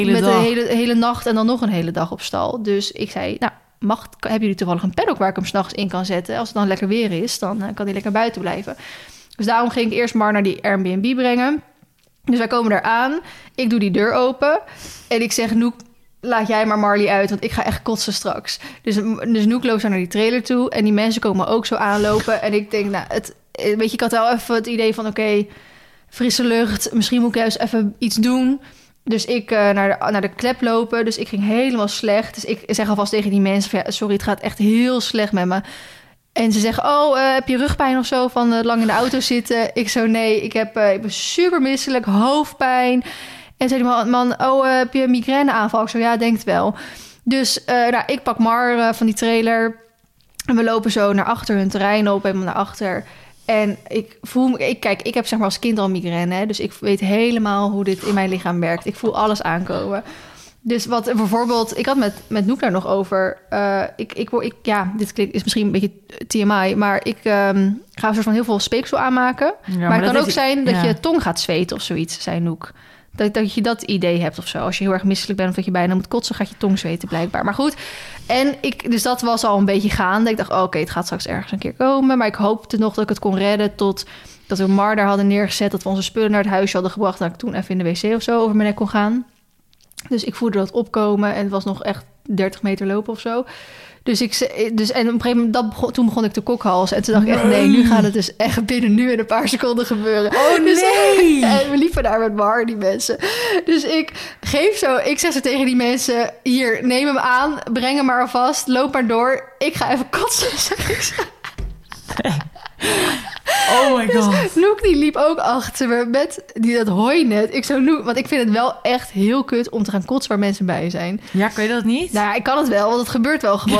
de hele nacht en dan nog een hele dag op stal. Dus ik zei, nou, hebben jullie toevallig een paddock waar ik hem 's nachts in kan zetten? Als het dan lekker weer is, dan kan hij lekker buiten blijven. Dus daarom ging ik eerst Mar naar die Airbnb brengen. Dus wij komen daar aan. Ik doe die deur open. En ik zeg, Noek, laat jij maar Marley uit, want ik ga echt kotsen straks. Dus Noek loopt zo naar die trailer toe. En die mensen komen ook zo aanlopen. En ik denk, nou, weet je, ik had wel even het idee van, oké, frisse lucht. Misschien moet ik juist even iets doen. Dus ik naar de klep lopen. Dus ik ging helemaal slecht. Dus ik zeg alvast tegen die mensen van, ja, sorry, het gaat echt heel slecht met me. En ze zeggen, heb je rugpijn of zo van lang in de auto zitten? Ik zo, nee, ik ben super misselijk, hoofdpijn. En zei die man, heb je een migraineaanval? Ik zo, ja, denk het wel. Dus ik pak Mar van die trailer. En we lopen zo naar achter hun terrein op, helemaal naar achter. En ik voel me, ik heb zeg maar als kind al migraine, hè, dus ik weet helemaal hoe dit in mijn lichaam werkt. Ik voel alles aankomen. Dus wat bijvoorbeeld, ik had met Noek daar nog over. Dit klinkt is misschien een beetje TMI, maar ik ga een soort van heel veel speeksel aanmaken. Ja, maar het kan ook zijn dat je tong gaat zweten of zoiets, zei Noek. Dat je dat idee hebt of zo. Als je heel erg misselijk bent of dat je bijna moet kotsen, gaat je tong zweten blijkbaar. Maar goed, dus dat was al een beetje gaande. Ik dacht, oké, het gaat straks ergens een keer komen. Maar ik hoopte nog dat ik het kon redden tot dat we Mar daar hadden neergezet, dat we onze spullen naar het huisje hadden gebracht, dat ik toen even in de wc of zo over mijn nek kon gaan. Dus ik voelde dat opkomen en het was nog echt 30 meter lopen of zo. En op een gegeven moment, toen begon ik te kokhalzen. En toen dacht ik echt, nee, nu gaat het dus echt binnen nu in een paar seconden gebeuren. Oh nee! En we liepen daar met Mar, die mensen. Dus ik zeg zo tegen die mensen, hier, neem hem aan, breng hem maar alvast, loop maar door. Ik ga even kotsen, zeg ik zo. Oh my god. Dus Noek die liep ook achter me met dat hooinet. Ik zo, Noek, want ik vind het wel echt heel kut om te gaan kotsen waar mensen bij zijn. Ja, kan je dat niet? Nou ja, ik kan het wel, want het gebeurt wel gewoon.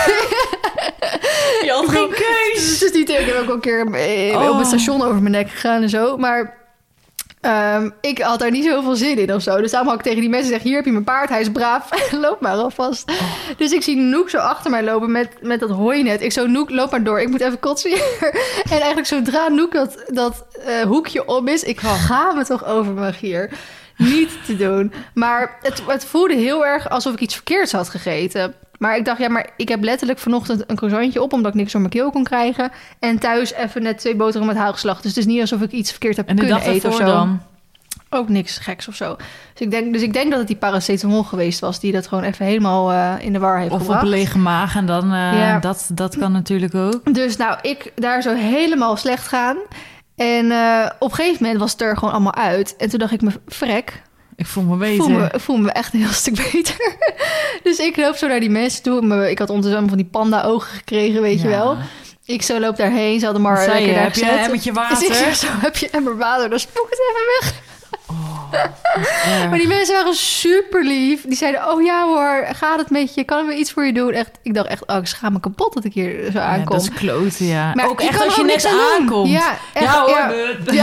Je had geen keus. Dus ik heb ook een keer op het station over mijn nek gegaan en zo. Maar ik had daar niet zoveel zin in of zo. Dus daarom had ik tegen die mensen gezegd, hier heb je mijn paard, hij is braaf, loop maar alvast. Dus ik zie Noek zo achter mij lopen met dat hooinet. Ik zo, Noek, loop maar door, ik moet even kotsen hier. En eigenlijk zodra Noek dat hoekje om is, ik ga me toch over Magier. Niet te doen. Maar het voelde heel erg alsof ik iets verkeerds had gegeten. Maar ik dacht, ja, maar ik heb letterlijk vanochtend een croissantje op, omdat ik niks door mijn keel kon krijgen. En thuis even net 2 boterhammen met hagelslag. Dus het is niet alsof ik iets verkeerd heb kunnen eten of zo. Dan? Ook niks geks of zo. Dus ik denk dat het die paracetamol geweest was, die dat gewoon even helemaal in de war heeft gebracht. Of op een lege maag en dan, dat kan natuurlijk ook. Dus nou, ik daar zo helemaal slecht gaan. En op een gegeven moment was het er gewoon allemaal uit. En toen dacht ik me, vrek. Ik voel me beter. Ik voel me echt een heel stuk beter. Dus ik loop zo naar die mensen toe. Ik had ondertussen van die panda-ogen gekregen, weet je wel. Ik zo loop daarheen. Ze hadden maar lekker daar gezet. Heb je emmertje water? Dus ik zeg zo, heb je emmer water? Dan spoeg het even weg. Maar die mensen waren super lief. Die zeiden, oh ja hoor, gaat het met je? Kan we iets voor je doen? Echt, ik dacht echt, ik schaam me kapot dat ik hier zo aankom. Dat is kloten, ja. Maar ook echt als je net aankomt. Ja, echt, hoor. Ja.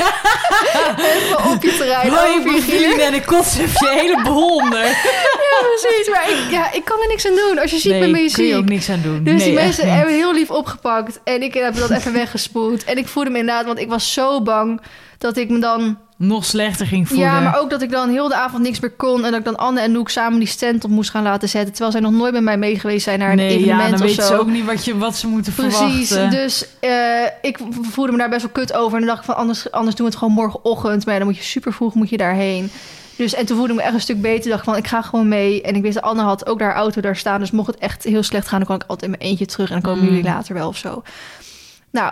Even op je terrein. Over en ik kots heb je hele bonder. Ja, precies. Maar ik kan er niks aan doen. Als je ziek bent, ben je ziek. Kun je ook niks aan doen. Dus die mensen hebben heel lief opgepakt. En ik heb dat even weggespoeld. En ik voelde me inderdaad, want ik was zo bang dat ik me dan nog slechter ging voelen. Ja, maar ook dat ik dan heel de avond niks meer kon. En dat ik dan Anne en Noek samen die stand op moest gaan laten zetten. Terwijl zij nog nooit met mij mee geweest zijn naar een evenement of zo. Dan weten ze ook niet wat ze moeten verwachten. Precies, dus ik voelde me daar best wel kut over. En dan dacht ik van, anders doen we het gewoon morgenochtend. Maar dan moet je super vroeg daarheen. Dus, en toen voelde ik me echt een stuk beter. Dacht van, ik ga gewoon mee. En ik wist, Anne had ook haar auto daar staan. Dus mocht het echt heel slecht gaan, dan kan ik altijd in mijn eentje terug. En dan komen jullie later wel of zo. Nou,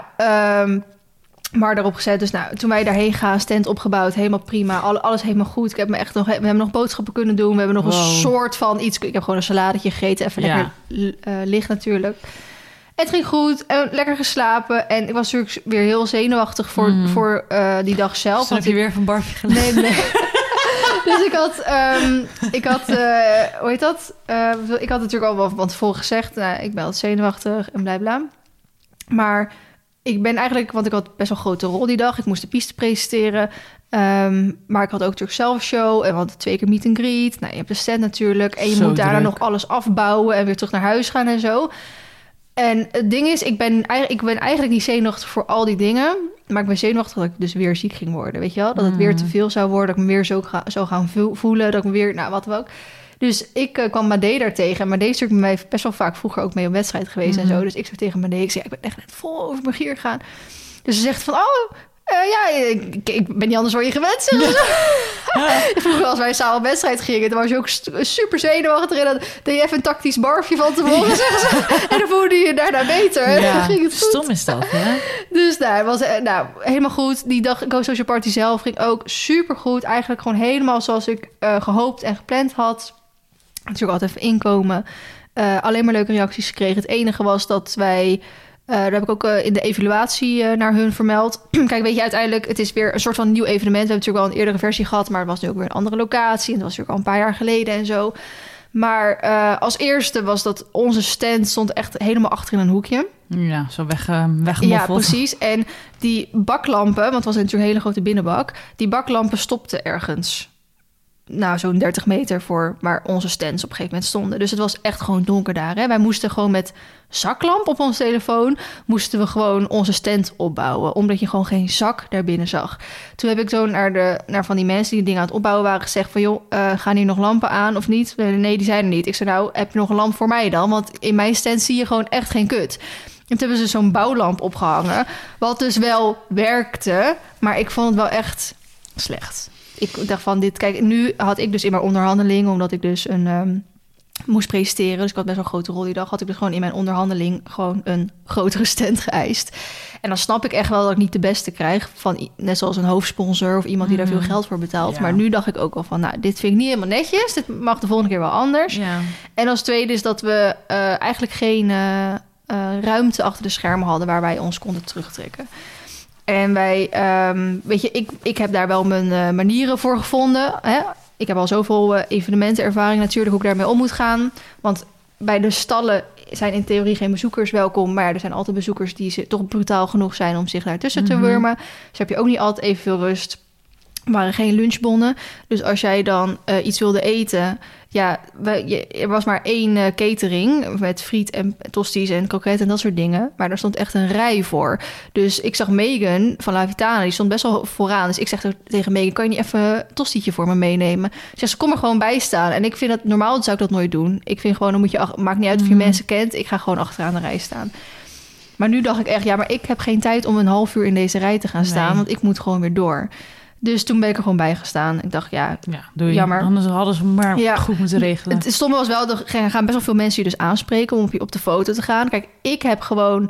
maar daarop gezet. Dus toen wij daarheen gaan, stand opgebouwd, helemaal prima. Alles helemaal goed. We hebben nog boodschappen kunnen doen. We hebben nog een soort van iets. Ik heb gewoon een saladetje gegeten. Even lekker licht natuurlijk. Het ging goed en lekker geslapen. En ik was natuurlijk weer heel zenuwachtig voor die dag zelf. Dus heb je weer van Barbie geleerd? Nee. Dus ik had hoe heet dat? Ik had natuurlijk al wel van tevoren gezegd, ik ben altijd zenuwachtig en bla bla. Maar ik ben eigenlijk, want ik had best wel een grote rol die dag. Ik moest de piste presenteren. Maar ik had ook natuurlijk zelf een show. En we hadden 2 keer meet and greet. Nou, je hebt de stand natuurlijk. En je moet daarna nog alles afbouwen en weer terug naar huis gaan en zo. En het ding is, ik ben eigenlijk niet zenuwachtig voor al die dingen. Maar ik ben zenuwachtig dat ik dus weer ziek ging worden. Weet je wel? Dat het weer te veel zou worden. Dat ik me weer zo zou gaan voelen. Dat ik me weer, wat dan ook. Dus ik kwam Made daar tegen. En Made is natuurlijk met mij best wel vaak vroeger ook mee op wedstrijd geweest en zo. Dus ik zei tegen Made, ik ben echt net vol over mijn gier gegaan. Dus ze zegt van, ik ben niet anders voor je gewend. Vroeger als wij samen op wedstrijd gingen, dan was je ook super zenuwachtig. En dan deed je even een tactisch barfje van tevoren, zeggen ze. En dan voelde je daarna beter. Ja, dan ging het goed. Stom is dat, hè? Dus het was helemaal goed. Die dag Go Social Party zelf ging ook super goed. Eigenlijk gewoon helemaal zoals ik gehoopt en gepland had. Natuurlijk altijd even inkomen. Alleen maar leuke reacties gekregen. Het enige was dat wij daar heb ik ook in de evaluatie naar hun vermeld. Kijk, weet je, uiteindelijk, het is weer een soort van nieuw evenement. We hebben natuurlijk al een eerdere versie gehad, maar het was nu ook weer een andere locatie. En dat was natuurlijk al een paar jaar geleden en zo. Maar als eerste was dat onze stand stond echt helemaal achter in een hoekje. Ja, zo weggemoffeld. Ja, precies. En die baklampen, want het was natuurlijk een hele grote binnenbak. Die baklampen stopten ergens. Nou, zo'n 30 meter voor waar onze stands op een gegeven moment stonden. Dus het was echt gewoon donker daar. Hè? Wij moesten gewoon met zaklamp op onze telefoon moesten we gewoon onze stand opbouwen. Omdat je gewoon geen zak daarbinnen zag. Toen heb ik zo naar van die mensen die dingen aan het opbouwen waren gezegd van, joh, gaan hier nog lampen aan of niet? Nee, die zijn er niet. Ik zei, nou, heb je nog een lamp voor mij dan? Want in mijn stand zie je gewoon echt geen kut. En toen hebben ze zo'n bouwlamp opgehangen. Wat dus wel werkte, maar ik vond het wel echt slecht. Ik dacht van dit, kijk, nu had ik dus in mijn onderhandeling, omdat ik dus een moest presenteren, dus ik had best wel een grote rol die dag, had ik dus gewoon in mijn onderhandeling gewoon een grotere stand geëist. En dan snap ik echt wel dat ik niet de beste krijg van net zoals een hoofdsponsor of iemand die daar veel geld voor betaalt. Ja. Maar nu dacht ik ook al van, nou, dit vind ik niet helemaal netjes. Dit mag de volgende keer wel anders. Ja. En als tweede is dat we eigenlijk geen ruimte achter de schermen hadden waar wij ons konden terugtrekken. En wij, weet je, ik heb daar wel mijn manieren voor gevonden. Hè? Ik heb al zoveel evenementenervaring natuurlijk, hoe ik daarmee om moet gaan. Want bij de stallen zijn in theorie geen bezoekers welkom. Maar ja, er zijn altijd bezoekers die toch brutaal genoeg zijn om zich daartussen te wurmen. Dus heb je ook niet altijd evenveel rust. Er waren geen lunchbonnen. Dus als jij dan iets wilde eten, ja, er was maar 1 catering met friet en tosties en kroket en dat soort dingen. Maar daar stond echt een rij voor. Dus ik zag Megan van La Vitana, die stond best wel vooraan. Dus ik zeg tegen Megan, kan je niet even een tostietje voor me meenemen? Ze zegt, kom er gewoon bij staan. En ik vind dat, normaal zou ik dat nooit doen. Ik vind gewoon, dan moet je, maakt niet uit of je mensen kent. Ik ga gewoon achteraan de rij staan. Maar nu dacht ik echt, ja, maar ik heb geen tijd om een half uur in deze rij te gaan staan. Want ik moet gewoon weer door. Dus toen ben ik er gewoon bij gestaan. Ik dacht, doe je. Jammer. Anders hadden ze maar goed moeten regelen. Het stomme was wel, er gaan best wel veel mensen je dus aanspreken om op de foto te gaan. Kijk, ik heb gewoon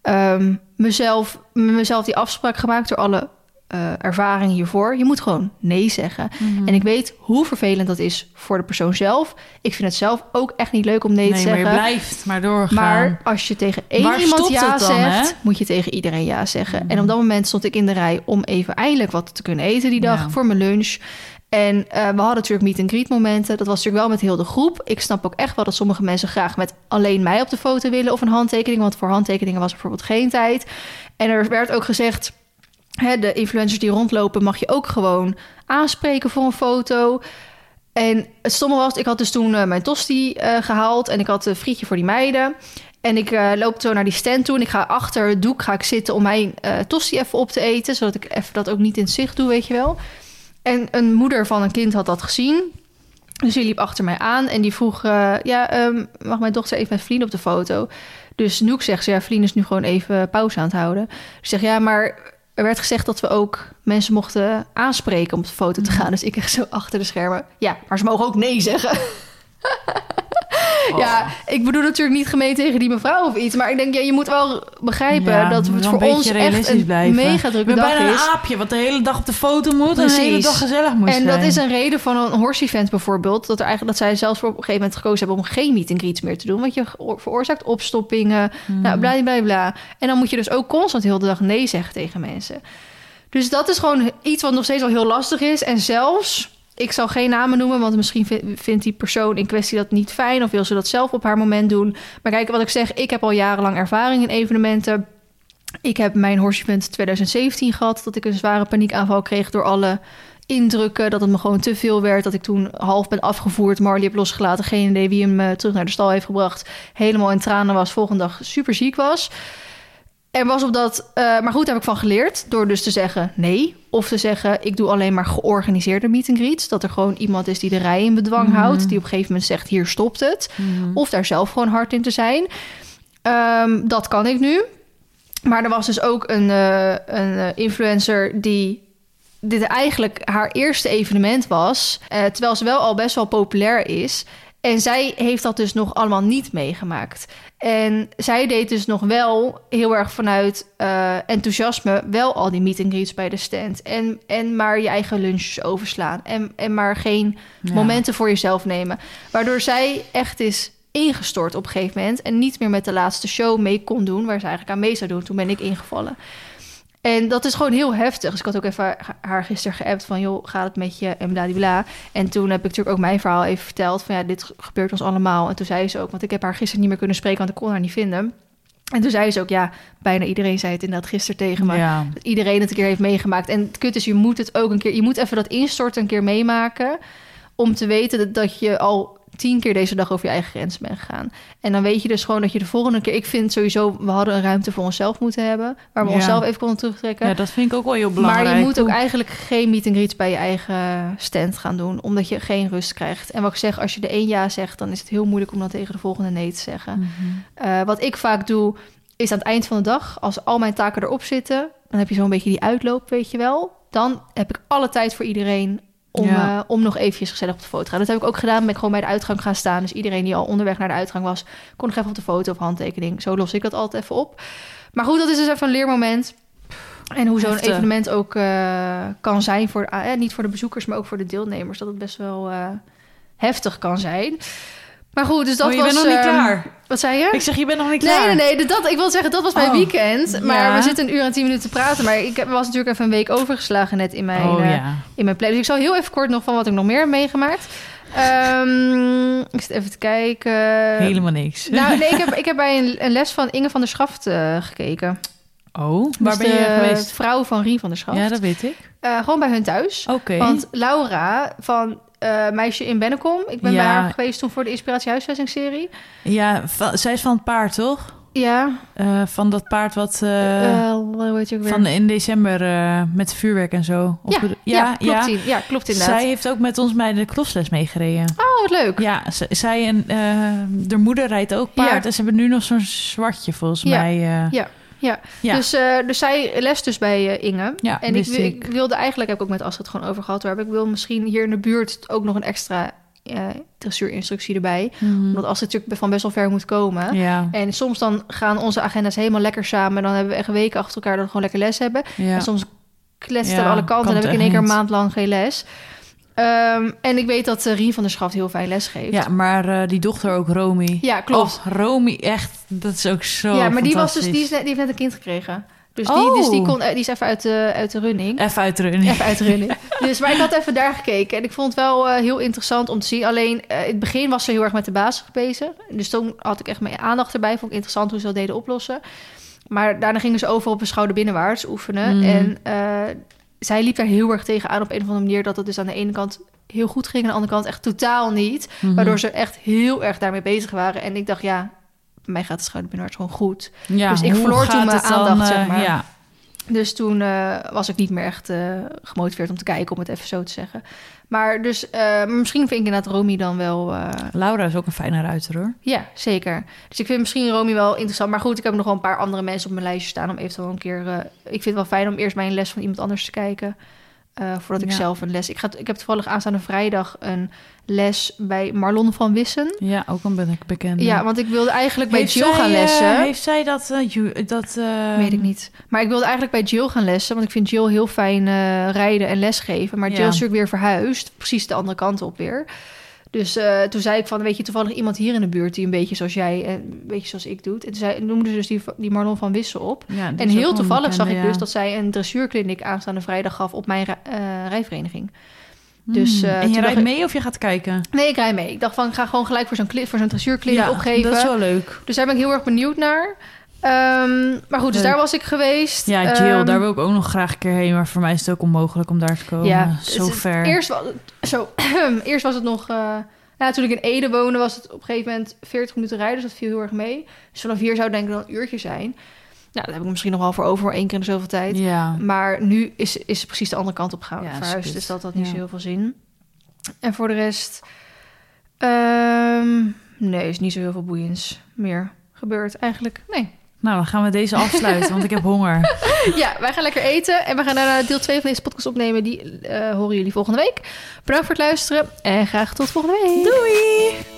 mezelf die afspraak gemaakt door alle ervaring hiervoor. Je moet gewoon nee zeggen. En ik weet hoe vervelend dat is voor de persoon zelf. Ik vind het zelf ook echt niet leuk om nee te zeggen. Maar je blijft maar doorgaan. Maar als je tegen iemand ja zegt, moet je tegen iedereen ja zeggen. En op dat moment stond ik in de rij om even eindelijk wat te kunnen eten die dag voor mijn lunch. En we hadden natuurlijk meet-and-greet momenten. Dat was natuurlijk wel met heel de groep. Ik snap ook echt wel dat sommige mensen graag met alleen mij op de foto willen of een handtekening. Want voor handtekeningen was bijvoorbeeld geen tijd. En er werd ook gezegd, de influencers die rondlopen mag je ook gewoon aanspreken voor een foto. En het stomme was, ik had dus toen mijn tosti gehaald en ik had een frietje voor die meiden. En ik loop zo naar die stand toe en ik ga achter het doek zitten om mijn tosti even op te eten, zodat ik even dat ook niet in het zicht doe, weet je wel. En een moeder van een kind had dat gezien. Dus die liep achter mij aan en die vroeg, mag mijn dochter even met Vlien op de foto? Dus Noek zegt ze, Vlien is nu gewoon even pauze aan het houden. Dus ik zeg, ja, maar er werd gezegd dat we ook mensen mochten aanspreken om op de foto te gaan. Dus ik echt zo achter de schermen. Ja, maar ze mogen ook nee zeggen. Ja, ik bedoel natuurlijk niet gemeen tegen die mevrouw of iets. Maar ik denk, je moet wel begrijpen dat het voor ons echt een mega drukke dag is. Ik ben bijna een aapje wat de hele dag op de foto moet. Precies. En de hele dag gezellig moet zijn. En dat is een reden van een horse-event bijvoorbeeld. Dat zij zelfs voor op een gegeven moment gekozen hebben om geen meet-and-greets meer te doen. Want je veroorzaakt opstoppingen, bla, bla, bla. En dan moet je dus ook constant heel de dag nee zeggen tegen mensen. Dus dat is gewoon iets wat nog steeds al heel lastig is. En zelfs, ik zal geen namen noemen, want misschien vindt die persoon in kwestie dat niet fijn of wil ze dat zelf op haar moment doen. Maar kijk, wat ik zeg, ik heb al jarenlang ervaring in evenementen. Ik heb mijn horse event 2017 gehad, dat ik een zware paniekaanval kreeg door alle indrukken, dat het me gewoon te veel werd, dat ik toen half ben afgevoerd, Marley heb losgelaten, geen idee wie hem terug naar de stal heeft gebracht, helemaal in tranen was, volgende dag super ziek was. En was op dat, maar goed, daar heb ik van geleerd door dus te zeggen nee. Of te zeggen, ik doe alleen maar georganiseerde meet and greets. Dat er gewoon iemand is die de rij in bedwang houdt. Die op een gegeven moment zegt, hier stopt het. Of daar zelf gewoon hard in te zijn. Dat kan ik nu. Maar er was dus ook een influencer die dit eigenlijk haar eerste evenement was. Terwijl ze wel al best wel populair is. En zij heeft dat dus nog allemaal niet meegemaakt. En zij deed dus nog wel heel erg vanuit enthousiasme wel al die meet and greets bij de stand. En maar je eigen lunches overslaan. En maar geen momenten voor jezelf nemen. Waardoor zij echt is ingestort op een gegeven moment. En niet meer met de laatste show mee kon doen, waar ze eigenlijk aan mee zou doen. Toen ben ik ingevallen. En dat is gewoon heel heftig. Dus ik had ook even haar gisteren geappt van, joh, gaat het met je? En bladibla. En toen heb ik natuurlijk ook mijn verhaal even verteld van, ja, dit gebeurt ons allemaal. En toen zei ze ook, want ik heb haar gisteren niet meer kunnen spreken, want ik kon haar niet vinden. En toen zei ze ook, ja, bijna iedereen zei het inderdaad gisteren tegen me. Ja. Dat iedereen het een keer heeft meegemaakt. En het kut is, je moet het ook een keer, je moet even dat instorten een keer meemaken, om te weten dat je al 10 keer deze dag over je eigen grens bent gegaan. En dan weet je dus gewoon dat je de volgende keer... Ik vind sowieso, we hadden een ruimte voor onszelf moeten hebben, waar we onszelf even konden terugtrekken. Ja, dat vind ik ook wel heel belangrijk. Maar je moet ook eigenlijk geen meet and greets bij je eigen stand gaan doen, omdat je geen rust krijgt. En wat ik zeg, als je de een ja zegt, dan is het heel moeilijk om dan tegen de volgende nee te zeggen. Wat ik vaak doe, is aan het eind van de dag, als al mijn taken erop zitten, dan heb je zo'n beetje die uitloop, weet je wel. Dan heb ik alle tijd voor iedereen om nog eventjes gezellig op de foto te gaan. Dat heb ik ook gedaan. Ben ik gewoon bij de uitgang gaan staan. Dus iedereen die al onderweg naar de uitgang was, kon nog even op de foto of handtekening. Zo los ik dat altijd even op. Maar goed, dat is dus even een leermoment. En hoe zo'n evenement ook kan zijn voor niet voor de bezoekers, maar ook voor de deelnemers. Dat het best wel heftig kan zijn. Maar goed, dus dat was... je bent nog niet klaar. Wat zei je? Ik zeg, je bent nog niet klaar. Nee. Ik wil zeggen, dat was mijn weekend. Maar we zitten 1 uur en 10 minuten te praten. Maar ik was natuurlijk even een week overgeslagen net in mijn plek. Dus ik zal heel even kort nog van wat ik nog meer heb meegemaakt. Ik zit even te kijken. Helemaal niks. Nou, nee, ik heb bij een les van Inge van der Schaft gekeken. Oh, waar ben je geweest? De vrouw van Rien van der Schaft. Ja, dat weet ik. Gewoon bij hun thuis. Oké. Want Laura van Meisje in Bennekom. Ik ben bij haar geweest toen voor de Inspiratie Huisvesting-serie. Ja, zij is van het paard, toch? Ja. Van dat paard wat... hoe heet je ook weer? Van in december met vuurwerk en zo. Klopt inderdaad. Zij heeft ook met ons bij de crossles meegereden. Oh, wat leuk. Ja, zij en de moeder rijdt ook paard. En ze hebben nu nog zo'n zwartje volgens mij. Ja. Dus zij les dus bij Inge. Ja, en ik wilde eigenlijk, heb ik ook met Astrid gewoon over gehad, ik wil misschien hier in de buurt ook nog een extra dressuurinstructie erbij. Omdat als het natuurlijk van best wel ver moet komen. Ja. En soms dan gaan onze agenda's helemaal lekker samen. En dan hebben we echt weken achter elkaar dat we gewoon lekker les hebben. Ja. En soms kletst het aan alle kanten. Dan heb ik in één keer een maand lang geen les. En ik weet dat Rien van der Schaft heel fijn les geeft. Ja, maar die dochter ook, Romy. Ja, klopt. Romy, echt, dat is ook zo Ja, maar die heeft net een kind gekregen. Dus die is even uit de running. Even uit de running. Dus, maar ik had even daar gekeken. En ik vond het wel heel interessant om te zien. Alleen, in het begin was ze heel erg met de basis bezig. Dus toen had ik echt mijn aandacht erbij. Vond ik interessant hoe ze dat deden oplossen. Maar daarna gingen ze over op een schouder binnenwaarts oefenen. En zij liep daar heel erg tegenaan op een of andere manier. Dat het dus aan de ene kant heel goed ging. En aan de andere kant echt totaal niet. Waardoor ze echt heel erg daarmee bezig waren. En ik dacht, ja, bij mij gaat de schouder binnenwaarts gewoon goed. Ja, dus ik verloor toen mijn aandacht, zeg maar. Ja. Dus toen was ik niet meer echt gemotiveerd om te kijken, om het even zo te zeggen. Maar dus misschien vind ik inderdaad Romy dan wel... Laura is ook een fijne ruiter, hoor. Ja, zeker. Dus ik vind misschien Romy wel interessant. Maar goed, ik heb nog wel een paar andere mensen op mijn lijstje staan om eventueel een keer... ik vind het wel fijn om eerst bij een les van iemand anders te kijken. Voordat ik zelf een les... Ik heb toevallig aanstaande vrijdag een les bij Marlon van Wissen. Ja, ook een bekende. Ja, want ik wilde eigenlijk bij Jill gaan lessen. Heeft zij dat... Weet ik niet. Maar ik wilde eigenlijk bij Jill gaan lessen. Want ik vind Jill heel fijn rijden en lesgeven. Maar Jill is natuurlijk weer verhuisd. Precies de andere kant op weer. Dus toen zei ik van, weet je, toevallig iemand hier in de buurt... die een beetje zoals jij en een beetje zoals ik doet. En toen noemde ze dus die Marlon van Wissen op. Ja, en heel toevallig zag ik dus dat zij een dressuurkliniek aanstaande vrijdag gaf... op mijn rijvereniging. Dus, en je rijdt mee of je gaat kijken? Nee, ik rijd mee. Ik dacht van, ik ga gewoon gelijk voor zo'n dressuurkliniek opgeven. Dat is wel leuk. Dus daar ben ik heel erg benieuwd naar. Maar goed, dus daar was ik geweest. Ja, Jill, daar wil ik ook nog graag een keer heen. Maar voor mij is het ook onmogelijk om daar te komen. Ja, zo ver. Eerst was het nog... toen ik in Ede woonde, was het op een gegeven moment 40 minuten rijden. Dus dat viel heel erg mee. Dus vanaf hier zou het denk ik wel een uurtje zijn. Nou, daar heb ik misschien nog wel voor over, 1 keer in de zoveel tijd. Ja. Maar nu is het precies de andere kant op verhuisd. Dus dat had niet zo heel veel zin. En voor de rest... nee, is niet zo heel veel boeiends meer gebeurd eigenlijk. Nee. Nou, dan gaan we deze afsluiten, want ik heb honger. Ja, wij gaan lekker eten. En we gaan daarna deel 2 van deze podcast opnemen. Die horen jullie volgende week. Bedankt voor het luisteren. En graag tot volgende week. Doei!